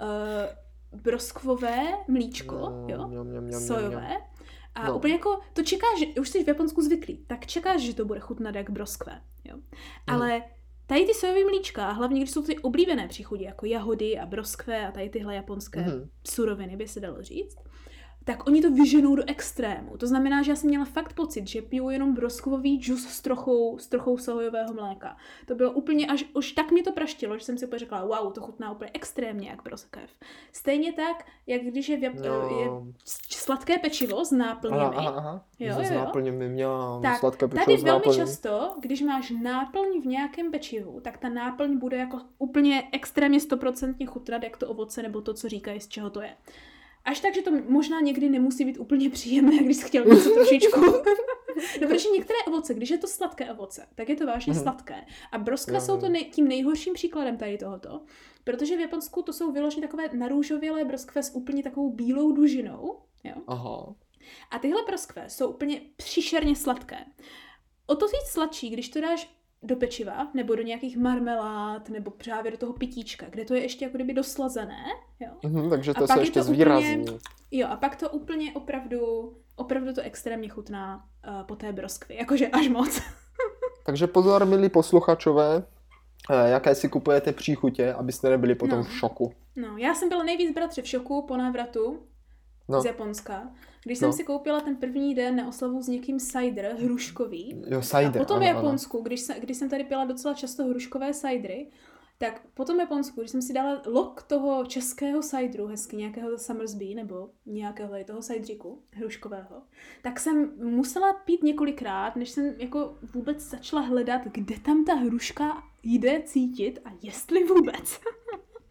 uh, broskvové mlíčko,
No,
jo,
mňam, mňam, mňam,
sojové.
mňam.
A
No.
úplně jako, to čekáš, že už jsi v Japonsku zvyklý, tak čekáš, že to bude chutnat jak broskve, jo. Ale tady ty sojové mlíčka, hlavně když jsou ty oblíbené příchutě, jako jahody a broskve a tady tyhle japonské
Mhm.
suroviny, by se dalo říct, tak oni to vyženou do extrému. To znamená, že já jsem měla fakt pocit, že piju jenom broskvový džus s trochou, s trochou sojového mléka. To bylo úplně až, už tak mě to praštilo, že jsem si úplně řekla, wow, to chutná úplně extrémně jak broskve. Stejně tak, jak když je, v Jap-
No.
je sladké pečivo s náplněmi.
Aha, aha, aha.
Jo,
S
jo, jo.
náplněmi měla
Tak,
sladké
tady
pečivo s
velmi
náplněmi.
často, když máš náplň v nějakém pečivu, tak ta náplň bude jako úplně extrémně stoprocentně chutnat, jak to ovoce nebo to, co říkají, z čeho to je. Až tak, že to možná někdy nemusí být úplně příjemné, když jsi chtěl něco trošičku. No, protože některé ovoce, když je to sladké ovoce, tak je to vážně
Mhm.
sladké. A broskve
Jo,
jsou to
jo.
nej- tím nejhorším příkladem tady tohoto, protože v Japonsku to jsou vyloženě takové narůžovělé broskve s úplně takovou bílou dužinou, jo.
Aha.
A tyhle broskve jsou úplně příšerně sladké. O to víc sladší, když to dáš do pečiva, nebo do nějakých marmelád, nebo právě do toho pitíčka, kde to je ještě jako kdyby doslazené, jo.
Mhm, takže
A
to
pak
se
je
ještě
to
zvýrazní.
úplně- Jo, a pak to úplně opravdu, opravdu to extrémně chutná uh, po té broskvi, jakože až moc.
Takže pozor, milí posluchačové, eh, jaké si kupujete příchutě, abyste nebyli potom
No.
v šoku.
No, já jsem byla nejvíc, bratře, v šoku po návratu
No.
z Japonska, když jsem
No.
si koupila ten první den na oslavu s někým cider, hruškový.
Jo, cider,
A potom v
ano, ano.
Japonsku, když, se, když jsem tady pila docela často hruškové cidery, tak potom v Japonsku, když jsem si dala lok toho českého cideru, hezky nějakého Summersby, nebo nějakého tady toho cideříku hruškového, tak jsem musela pít několikrát, než jsem jako vůbec začala hledat, kde tam ta hruška jde cítit a jestli vůbec.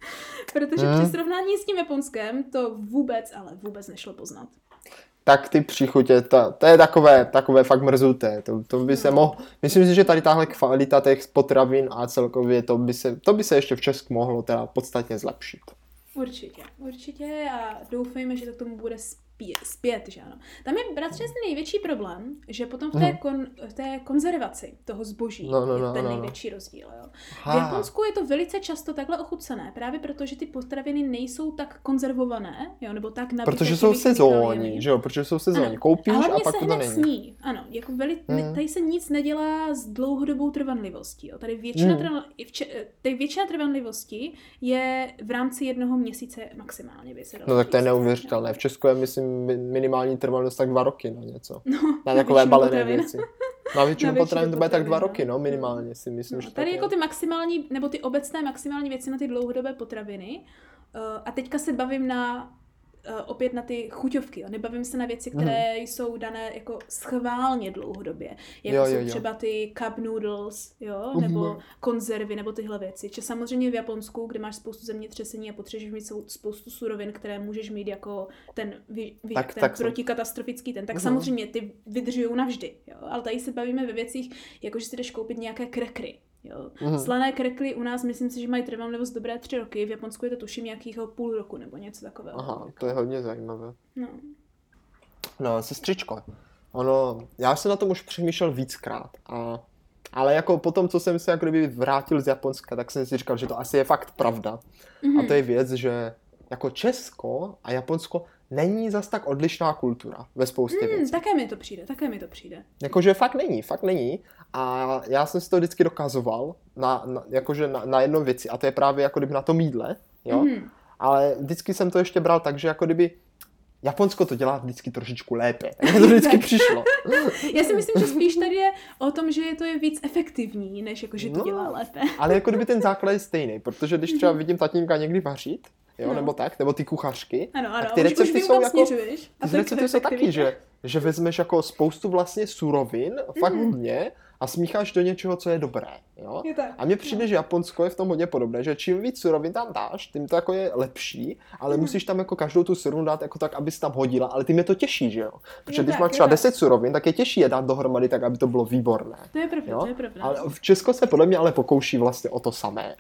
Protože hmm. při srovnání s tím Japonskem to vůbec, ale vůbec nešlo poznat.
Tak ty příchutě, to, to je takové, takové fakt mrzuté. To, to by se no. mohlo, myslím si, že tady tahle kvalita těch potravin a celkově to by se, to by se ještě v Česku mohlo teda podstatně zlepšit.
Určitě, určitě a doufejme, že to k tomu bude zpět, zpět že ano. Tam je, bratře, největší problém, že potom v té, hmm. kon, v té konzervaci toho zboží
no, no, no,
je ten
no,
největší rozdíl. Jo. V Japonsku je to velice často takhle ochucené, právě protože ty potraviny nejsou tak konzervované, jo, nebo tak nabité.
Protože jsou sezónní, že jo, protože jsou sezónní. Koupíš a pak to není.
Sní. Ano, jako veli, hmm. tady se nic nedělá s dlouhodobou trvanlivostí. Jo. Tady většina, hmm. trvan, tady většina trvanlivosti je v rámci jednoho měsíce maximálně. By se
no tak to je neuvěřitelné. V Česku je, myslím, minimální trvalnost tak dva roky, no něco.
No,
na takové balené věci. Na většinu potravin to bude tak dva roky, no, minimálně si myslím,
no,
že
tady
tak
jako ty maximální, nebo ty obecné maximální věci na ty dlouhodobé potraviny. Uh, a teďka se bavím na Uh, opět na ty chuťovky, jo. Nebavím se na věci, které mm. jsou dané jako schválně dlouhodobě. Jako jo, jsou jo, jo. třeba ty cup noodles, jo, mm. nebo konzervy, nebo tyhle věci. Či samozřejmě v Japonsku, kde máš spoustu zemětřesení a potřebuješ mít spoustu surovin, které můžeš mít jako ten, vy, vy,
tak,
ten
tak
protikatastrofický ten, tak mm. samozřejmě ty vydržujou navždy. Jo. Ale tady se bavíme ve věcích, jako že si jdeš koupit nějaké krekry. Jo. Mm. Slané krekly u nás, myslím si, že mají trvanlivost dobré tři roky, v Japonsku je to tuším nějakýho půl roku nebo něco takového.
Aha, to je hodně zajímavé.
No,
no sestřičko, ono, já jsem na tom už přemýšlel víckrát, a, ale jako potom, co jsem se jako kdyby vrátil z Japonska, tak jsem si říkal, že to asi je fakt pravda. Mm. A to je věc, že jako Česko a Japonsko není zas tak odlišná kultura ve spoustě
mm,
věcí.
Také mi to přijde, také mi to přijde.
Jakože fakt není, fakt není. A já jsem si to vždycky dokazoval na, na, jakože na, na jednom věci a to je právě jako kdyby na tom jídle, jo. Mm. Ale vždycky jsem to ještě bral tak, že jako kdyby Japonsko to dělá vždycky trošičku lépe. Tak to vždycky přišlo.
Já si myslím, že spíš tady je o tom, že to je víc efektivní, než jako, že to
no,
dělá lépe.
Ale jako kdyby ten základ je stejný, protože když třeba vidím tatínka někdy vařit, jo, no. nebo tak, nebo ty kuchařky,
ano, ano,
tak ty
už,
recepty
už
jsou jako,
a
ty recepty jsou taky, že, že vezmeš jako spoustu vlastně surovin, fakt mm. hodně, a smícháš do něčeho, co je dobré, jo.
Je tak,
a mně přijde, no. že Japonsko je v tom hodně podobné, že čím víc surovin tam dáš, tím to jako je lepší, ale mm. musíš tam jako každou tu surovinu dát jako tak, abys tam hodila, ale tím je to těžší, že jo. Protože je když tak, máš třeba deset surovin, tak je těžší je dát dohromady tak, aby to bylo výborné.
To je pravda, to je pravda.
Ale v Česku se podle mě ale pokouší vlastně o to samé.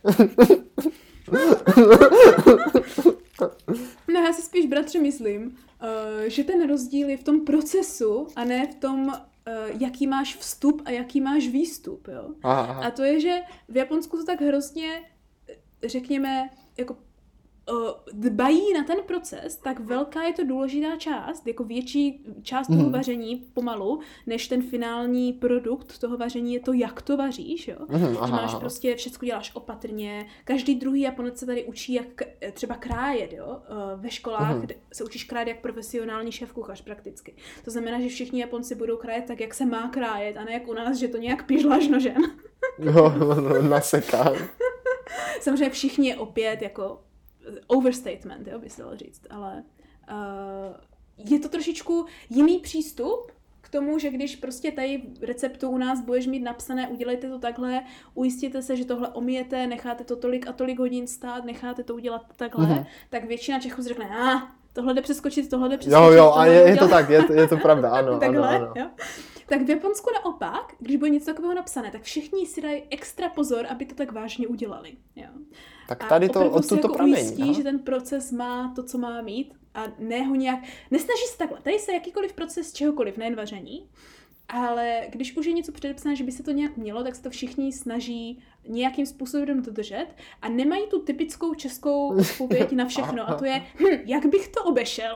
No já si spíš, bratře, myslím, uh, že ten rozdíl je v tom procesu a ne v tom, uh, jaký máš vstup a jaký máš výstup, jo.
Aha, aha.
A to je, že v Japonsku to tak hrozně, řekněme, jako uh, dbají na ten proces, tak velká je to důležitá část, jako větší část toho
mm.
vaření pomalu, než ten finální produkt toho vaření je to, jak to vaříš, jo.
Mm,
že
aha,
máš
aha.
prostě, všecko děláš opatrně, každý druhý Japonec se tady učí, jak třeba krájet, jo. Uh, ve školách mm. se učíš krájet jak profesionální šéfkuchař prakticky. To znamená, že všichni Japonci budou krájet tak, jak se má krájet, a ne jak u nás, že to nějak pižláš nožem.
No, no, nasekám.
Samozřejmě všichni opět jako overstatement, jo, by se dalo říct, ale uh, je to trošičku jiný přístup k tomu, že když prostě tady v receptu u nás budeš mít napsané, udělejte to takhle, ujistěte se, že tohle omijete, necháte to tolik a tolik hodin stát, necháte to udělat takhle, mm-hmm. tak většina Čechů si řekne, a ah, tohle jde přeskočit, tohle jde přeskočit.
Jo, jo, a je, je to tak, je to, je to pravda, ano,
takhle,
ano, ano.
Jo? Tak v Japonsku naopak, když bude něco takového napsané, tak všichni si dají extra pozor, aby to tak vážně udělali. Jo.
Tak tady to od tuto
jako
pramení.
Ujistí, aha. že ten proces má to, co má mít a ne ho nějak, nesnaží se takhle. Tady se jakýkoliv proces čehokoliv, nejen vaření, ale když už je něco předepsané, že by se to nějak mělo, tak se to všichni snaží nějakým způsobem dodržet a nemají tu typickou českou odpověď na všechno a to je, hm, jak bych to obešel.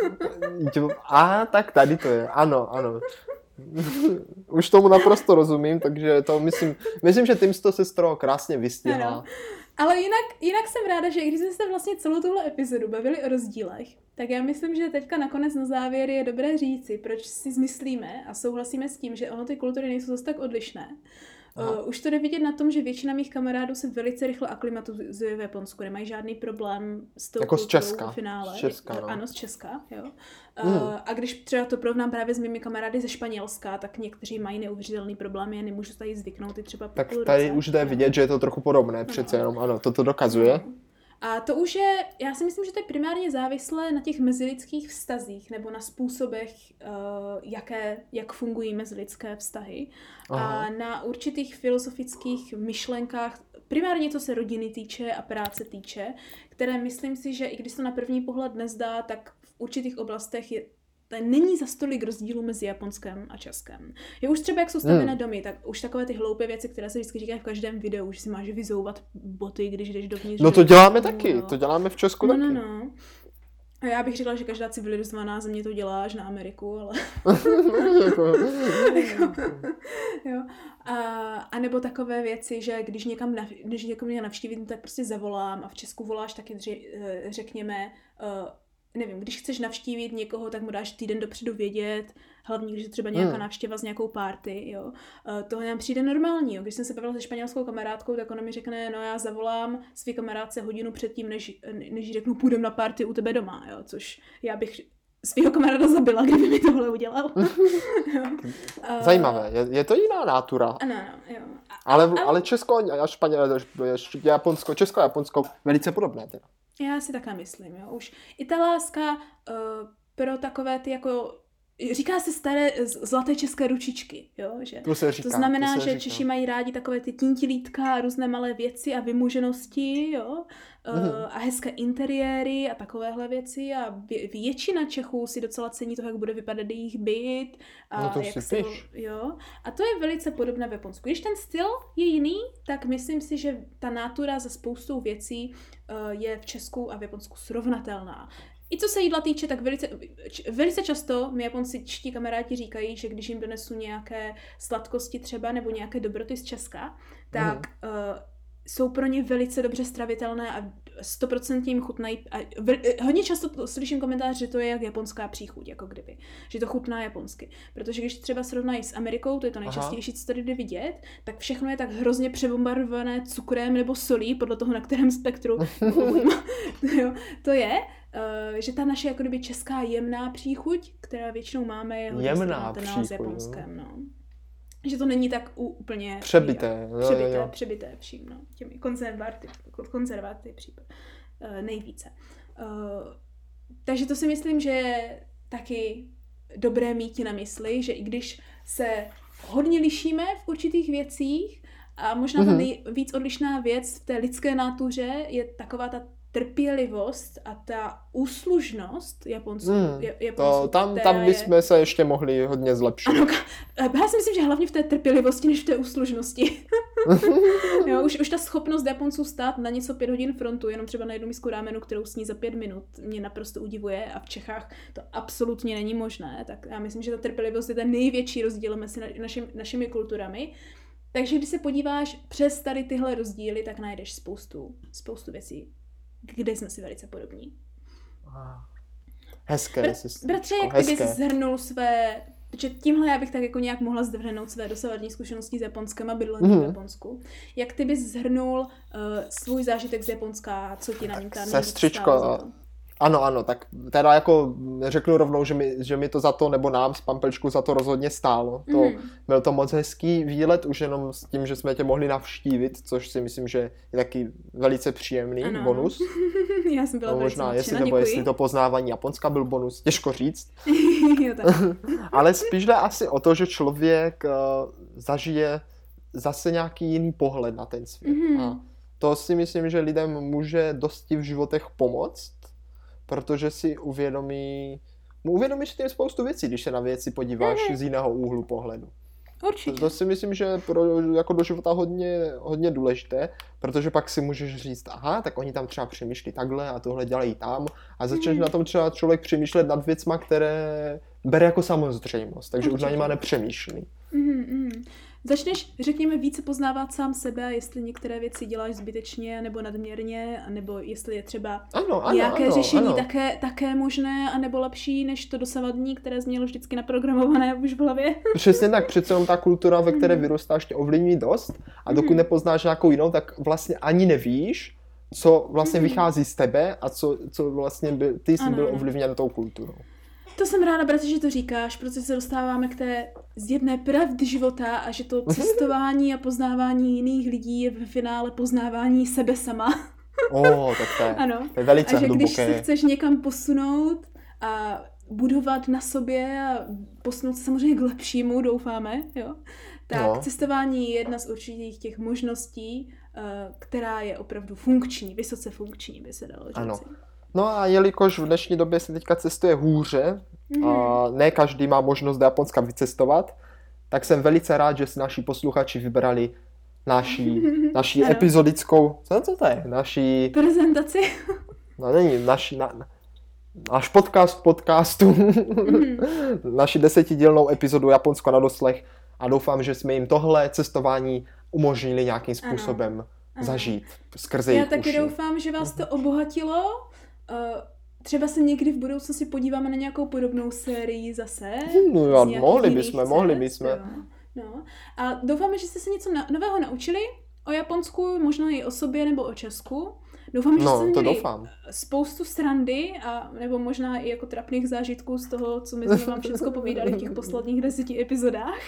A tak tady to je, ano, ano. Už tomu naprosto rozumím, takže to myslím, myslím, že tím to se z toho krásně vystihla.
Ano. Ale jinak, jinak jsem ráda, že když jsme se vlastně celou tuhle epizodu bavili o rozdílech, tak já myslím, že teďka nakonec na závěr je dobré říci, proč si zmyslíme a souhlasíme s tím, že ono ty kultury nejsou zase tak odlišné. Uh, už to jde vidět na tom, že většina mých kamarádů se velice rychle aklimatizuje v Japonsku, nemají žádný problém s tou
jako
kulturou
z Česka.
v finále.
Z Česka, no.
Ano, z Česka, jo. Uh, mm. A když třeba to porovnám právě s mými kamarády ze Španělska, tak někteří mají neuvěřitelný problémy a nemůžu tady zvyknout i třeba po
tak
půl
tady
roce.
už jde vidět, že je to trochu podobné, přece jenom, ano, to to dokazuje.
A to už je, já si myslím, že to je primárně závislé na těch mezilidských vztazích nebo na způsobech, uh, jaké, jak fungují mezilidské vztahy. Aha. A na určitých filozofických myšlenkách, primárně co se rodiny týče a práce týče, které myslím si, že i když to na první pohled nezdá, tak v určitých oblastech je není za stolik rozdílu mezi Japonskem a Českem. Je už třeba, jak jsou stavěné hmm. domy, tak už takové ty hloupé věci, které se vždycky říkají v každém videu, že si máš vyzouvat boty, když jdeš dovnitř.
No to děláme taky, no. to děláme v Česku
no,
taky.
No, no. A já bych řekla, že každá civilizovaná země to dělá, až na Ameriku, ale... jo. A, a nebo takové věci, že když někam, nav, když někomu mě navštívím, tak prostě zavolám a v Česku voláš taky, dři, řekněme, uh, nevím, když chceš navštívit někoho, tak mu dáš týden dopředu vědět, hlavně když je třeba nějaká hmm. návštěva z nějakou party, jo. Uh, tohle nám přijde normální, jo. Když jsem se bavila se španělskou kamarádkou, tak ona mi řekne, no já zavolám svý kamarádce hodinu předtím, než, než řeknu, půjdem na party u tebe doma, jo, což já bych svýho kamaráda zabila, kdyby mi tohle udělal.
Zajímavé, je, je to jiná nátura.
Ano, jo. A,
ale, ale, ale Česko a Španěl, Japonsko, Česko a Japonsko velice podobné teda.
Já si také myslím, jo. Už i ta láska uh, pro takové ty jako, říká se staré zlaté české ručičky, jo, že
to, se říká,
to znamená,
to se
že
říká.
Češi mají rádi takové ty tintilítka a různé malé věci a vymuženosti, jo, uh, mm. a hezké interiéry a takovéhle věci a vě- většina Čechů si docela cení toho, jak bude vypadat jejich byt a
no to
jak
si
se, jo, a to je velice podobné v Japonsku. Když ten styl je jiný, tak myslím si, že ta nátura za spoustou věcí uh, je v Česku a v Japonsku srovnatelná. I co se jídla týče, tak velice, velice často mi Japonci čtí kamarádi říkají, že když jim donesu nějaké sladkosti třeba nebo nějaké dobroty z Česka, tak mm. uh, jsou pro ně velice dobře stravitelné a sto procent jim chutnají. A ve, hodně často to, slyším komentář, že to je jak japonská příchuť, jako kdyby. Že to chutná japonsky. Protože když třeba srovnají s Amerikou, to je to nejčastější, co tady jde vidět, tak všechno je tak hrozně přebombardované cukrem nebo solí, podle toho, na kterém spektru jo, to je. Uh, že ta naše jako kdyby česká jemná příchuť, která většinou máme, je hodně srovnatelná s japonskem, no. Že to není tak úplně
přebité, jo,
přebité,
jo.
přebité vším, no, těmi konzerváty, konzerváty případ, uh, nejvíce. Uh, takže to si myslím, že je taky dobré mít na mysli, že i když se hodně lišíme v určitých věcích a možná mm-hmm. ta nejvíc odlišná věc v té lidské nátuře je taková ta trpělivost a ta úslužnost Japonců.
Hmm,
Japonců
to, tam, tam bychom je... se ještě mohli hodně zlepšit.
Ano, já si myslím, že hlavně v té trpělivosti, než v té úslužnosti. jo, už, už ta schopnost Japonců stát na něco pět hodin frontu, jenom třeba na jednu misku rámenu, kterou sní za pět minut, mě naprosto udivuje a v Čechách to absolutně není možné. Tak já myslím, že ta trpělivost je ten největší rozdíl mezi našimi, našimi kulturami. Takže když se podíváš přes tady tyhle rozdíly, tak najdeš spoustu, spoustu věcí, kde jsme si velice podobní.
Hezké.
Br- bratře, jak ty bys zhrnul své, protože tímhle já bych tak jako nějak mohla zhrnout své dosavadní zkušenosti s Japonskem a bydlení mm. v Japonsku. Jak ty bys zhrnul uh, svůj zážitek z Japonska, co ti na něm ta
Sestřičko, ano, ano, tak teda jako řeknu rovnou, že mi, že mi to za to, nebo nám z Pampelišku za to rozhodně stálo. To, mm. Byl to moc hezký výlet, už jenom s tím, že jsme tě mohli navštívit, což si myslím, že je taky velice příjemný ano. bonus.
Já jsem byla
no, možná, jestli, nebo
děkuji.
jestli to poznávání Japonska byl bonus, těžko říct.
jo, tak.
Ale spíš jde asi o to, že člověk uh, zažije zase nějaký jiný pohled na ten svět. Mm. A to si myslím, že lidem může dosti v životech pomoct, protože si uvědomí, uvědomíš tím spoustu věcí, když se na věci podíváš mm. z jiného úhlu pohledu.
Určitě.
To, to si myslím, že pro, jako do života hodně, hodně důležité, protože pak si můžeš říct, aha, tak oni tam třeba přemýšlí takhle a tohle dělají tam a začneš mm. na tom třeba člověk přemýšlet nad věcma, které bere jako samozřejmost, takže Určitě. Už na něma nepřemýšlí.
Mm, mm. Začneš, řekněme, více poznávat sám sebe, jestli některé věci děláš zbytečně nebo nadměrně, nebo jestli je třeba
ano, ano,
nějaké
ano,
řešení
ano.
Také, také možné a nebo lepší než to dosavadní, které jsi měl vždycky naprogramované už v hlavě.
Přesně tak, přece jenom ta kultura, ve které vyrůstáš, tě ovlivní dost a dokud nepoznáš nějakou jinou, tak vlastně ani nevíš, co vlastně vychází z tebe a co, co vlastně byl, ty jsi ano, byl ovlivněn tou kulturou.
To jsem ráda, bratře, že to říkáš, protože se dostáváme k té z jedné pravdy života a že to cestování a poznávání jiných lidí je ve finále poznávání sebe sama.
Oh, tak to je,
ano.
to je velice
a že
hluboké.
Když se chceš někam posunout a budovat na sobě a posunout se samozřejmě k lepšímu, doufáme, jo, tak no. Cestování je jedna z určitých těch možností, která je opravdu funkční, vysoce funkční, by se dalo říct.
Ano. No a jelikož v dnešní době se teďka cestuje hůře, mm. a ne každý má možnost do Japonska vycestovat, tak jsem velice rád, že si naši posluchači vybrali naší, naší epizodickou, co to je? Naší...
Prezentaci.
No není, naš, na, náš podcast podcastu, mm. naši desetidílnou epizodu Japonsko na doslech a doufám, že jsme jim tohle cestování umožnili nějakým způsobem ano. Ano. zažít skrze jejich
Já taky
uši.
doufám, že vás to obohatilo. Třeba se někdy v budoucnosti podíváme na nějakou podobnou sérii zase.
No jo, mohli bychom, mohli bychom.
No. A doufáme, že jste se něco nového naučili o Japonsku, možná i o sobě nebo o Česku. Doufám, že
no,
jste měli
doufám.
spoustu srandy a nebo možná i jako trapných zážitků z toho, co my jsme vám všechno povídali v těch posledních deseti epizodách.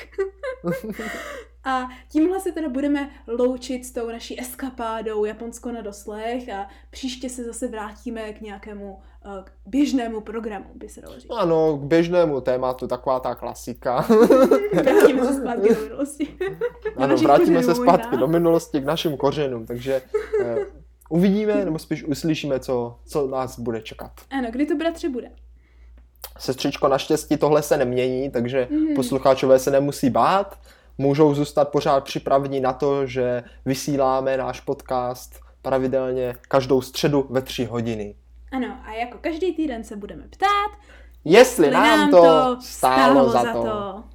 A tímhle se teda budeme loučit s tou naší eskapádou Japonsko na doslech a příště se zase vrátíme k nějakému uh, běžnému programu, by se dalo říct.
Ano, k běžnému tématu, taková ta klasika.
Vrátíme se zpátky do minulosti.
Ano, vrátíme se zpátky možná. do minulosti k našim kořenům, takže uh, uvidíme, nebo spíš uslyšíme, co, co nás bude čekat.
Ano, kdy to bratře bude?
Sestřičko, naštěstí tohle se nemění, takže mm. posluchačové se nemusí bát. Můžou zůstat pořád připraveni na to, že vysíláme náš podcast pravidelně každou středu ve tři hodiny.
Ano, a jako každý týden se budeme ptát,
jestli, jestli nám to stálo, stálo za to. to.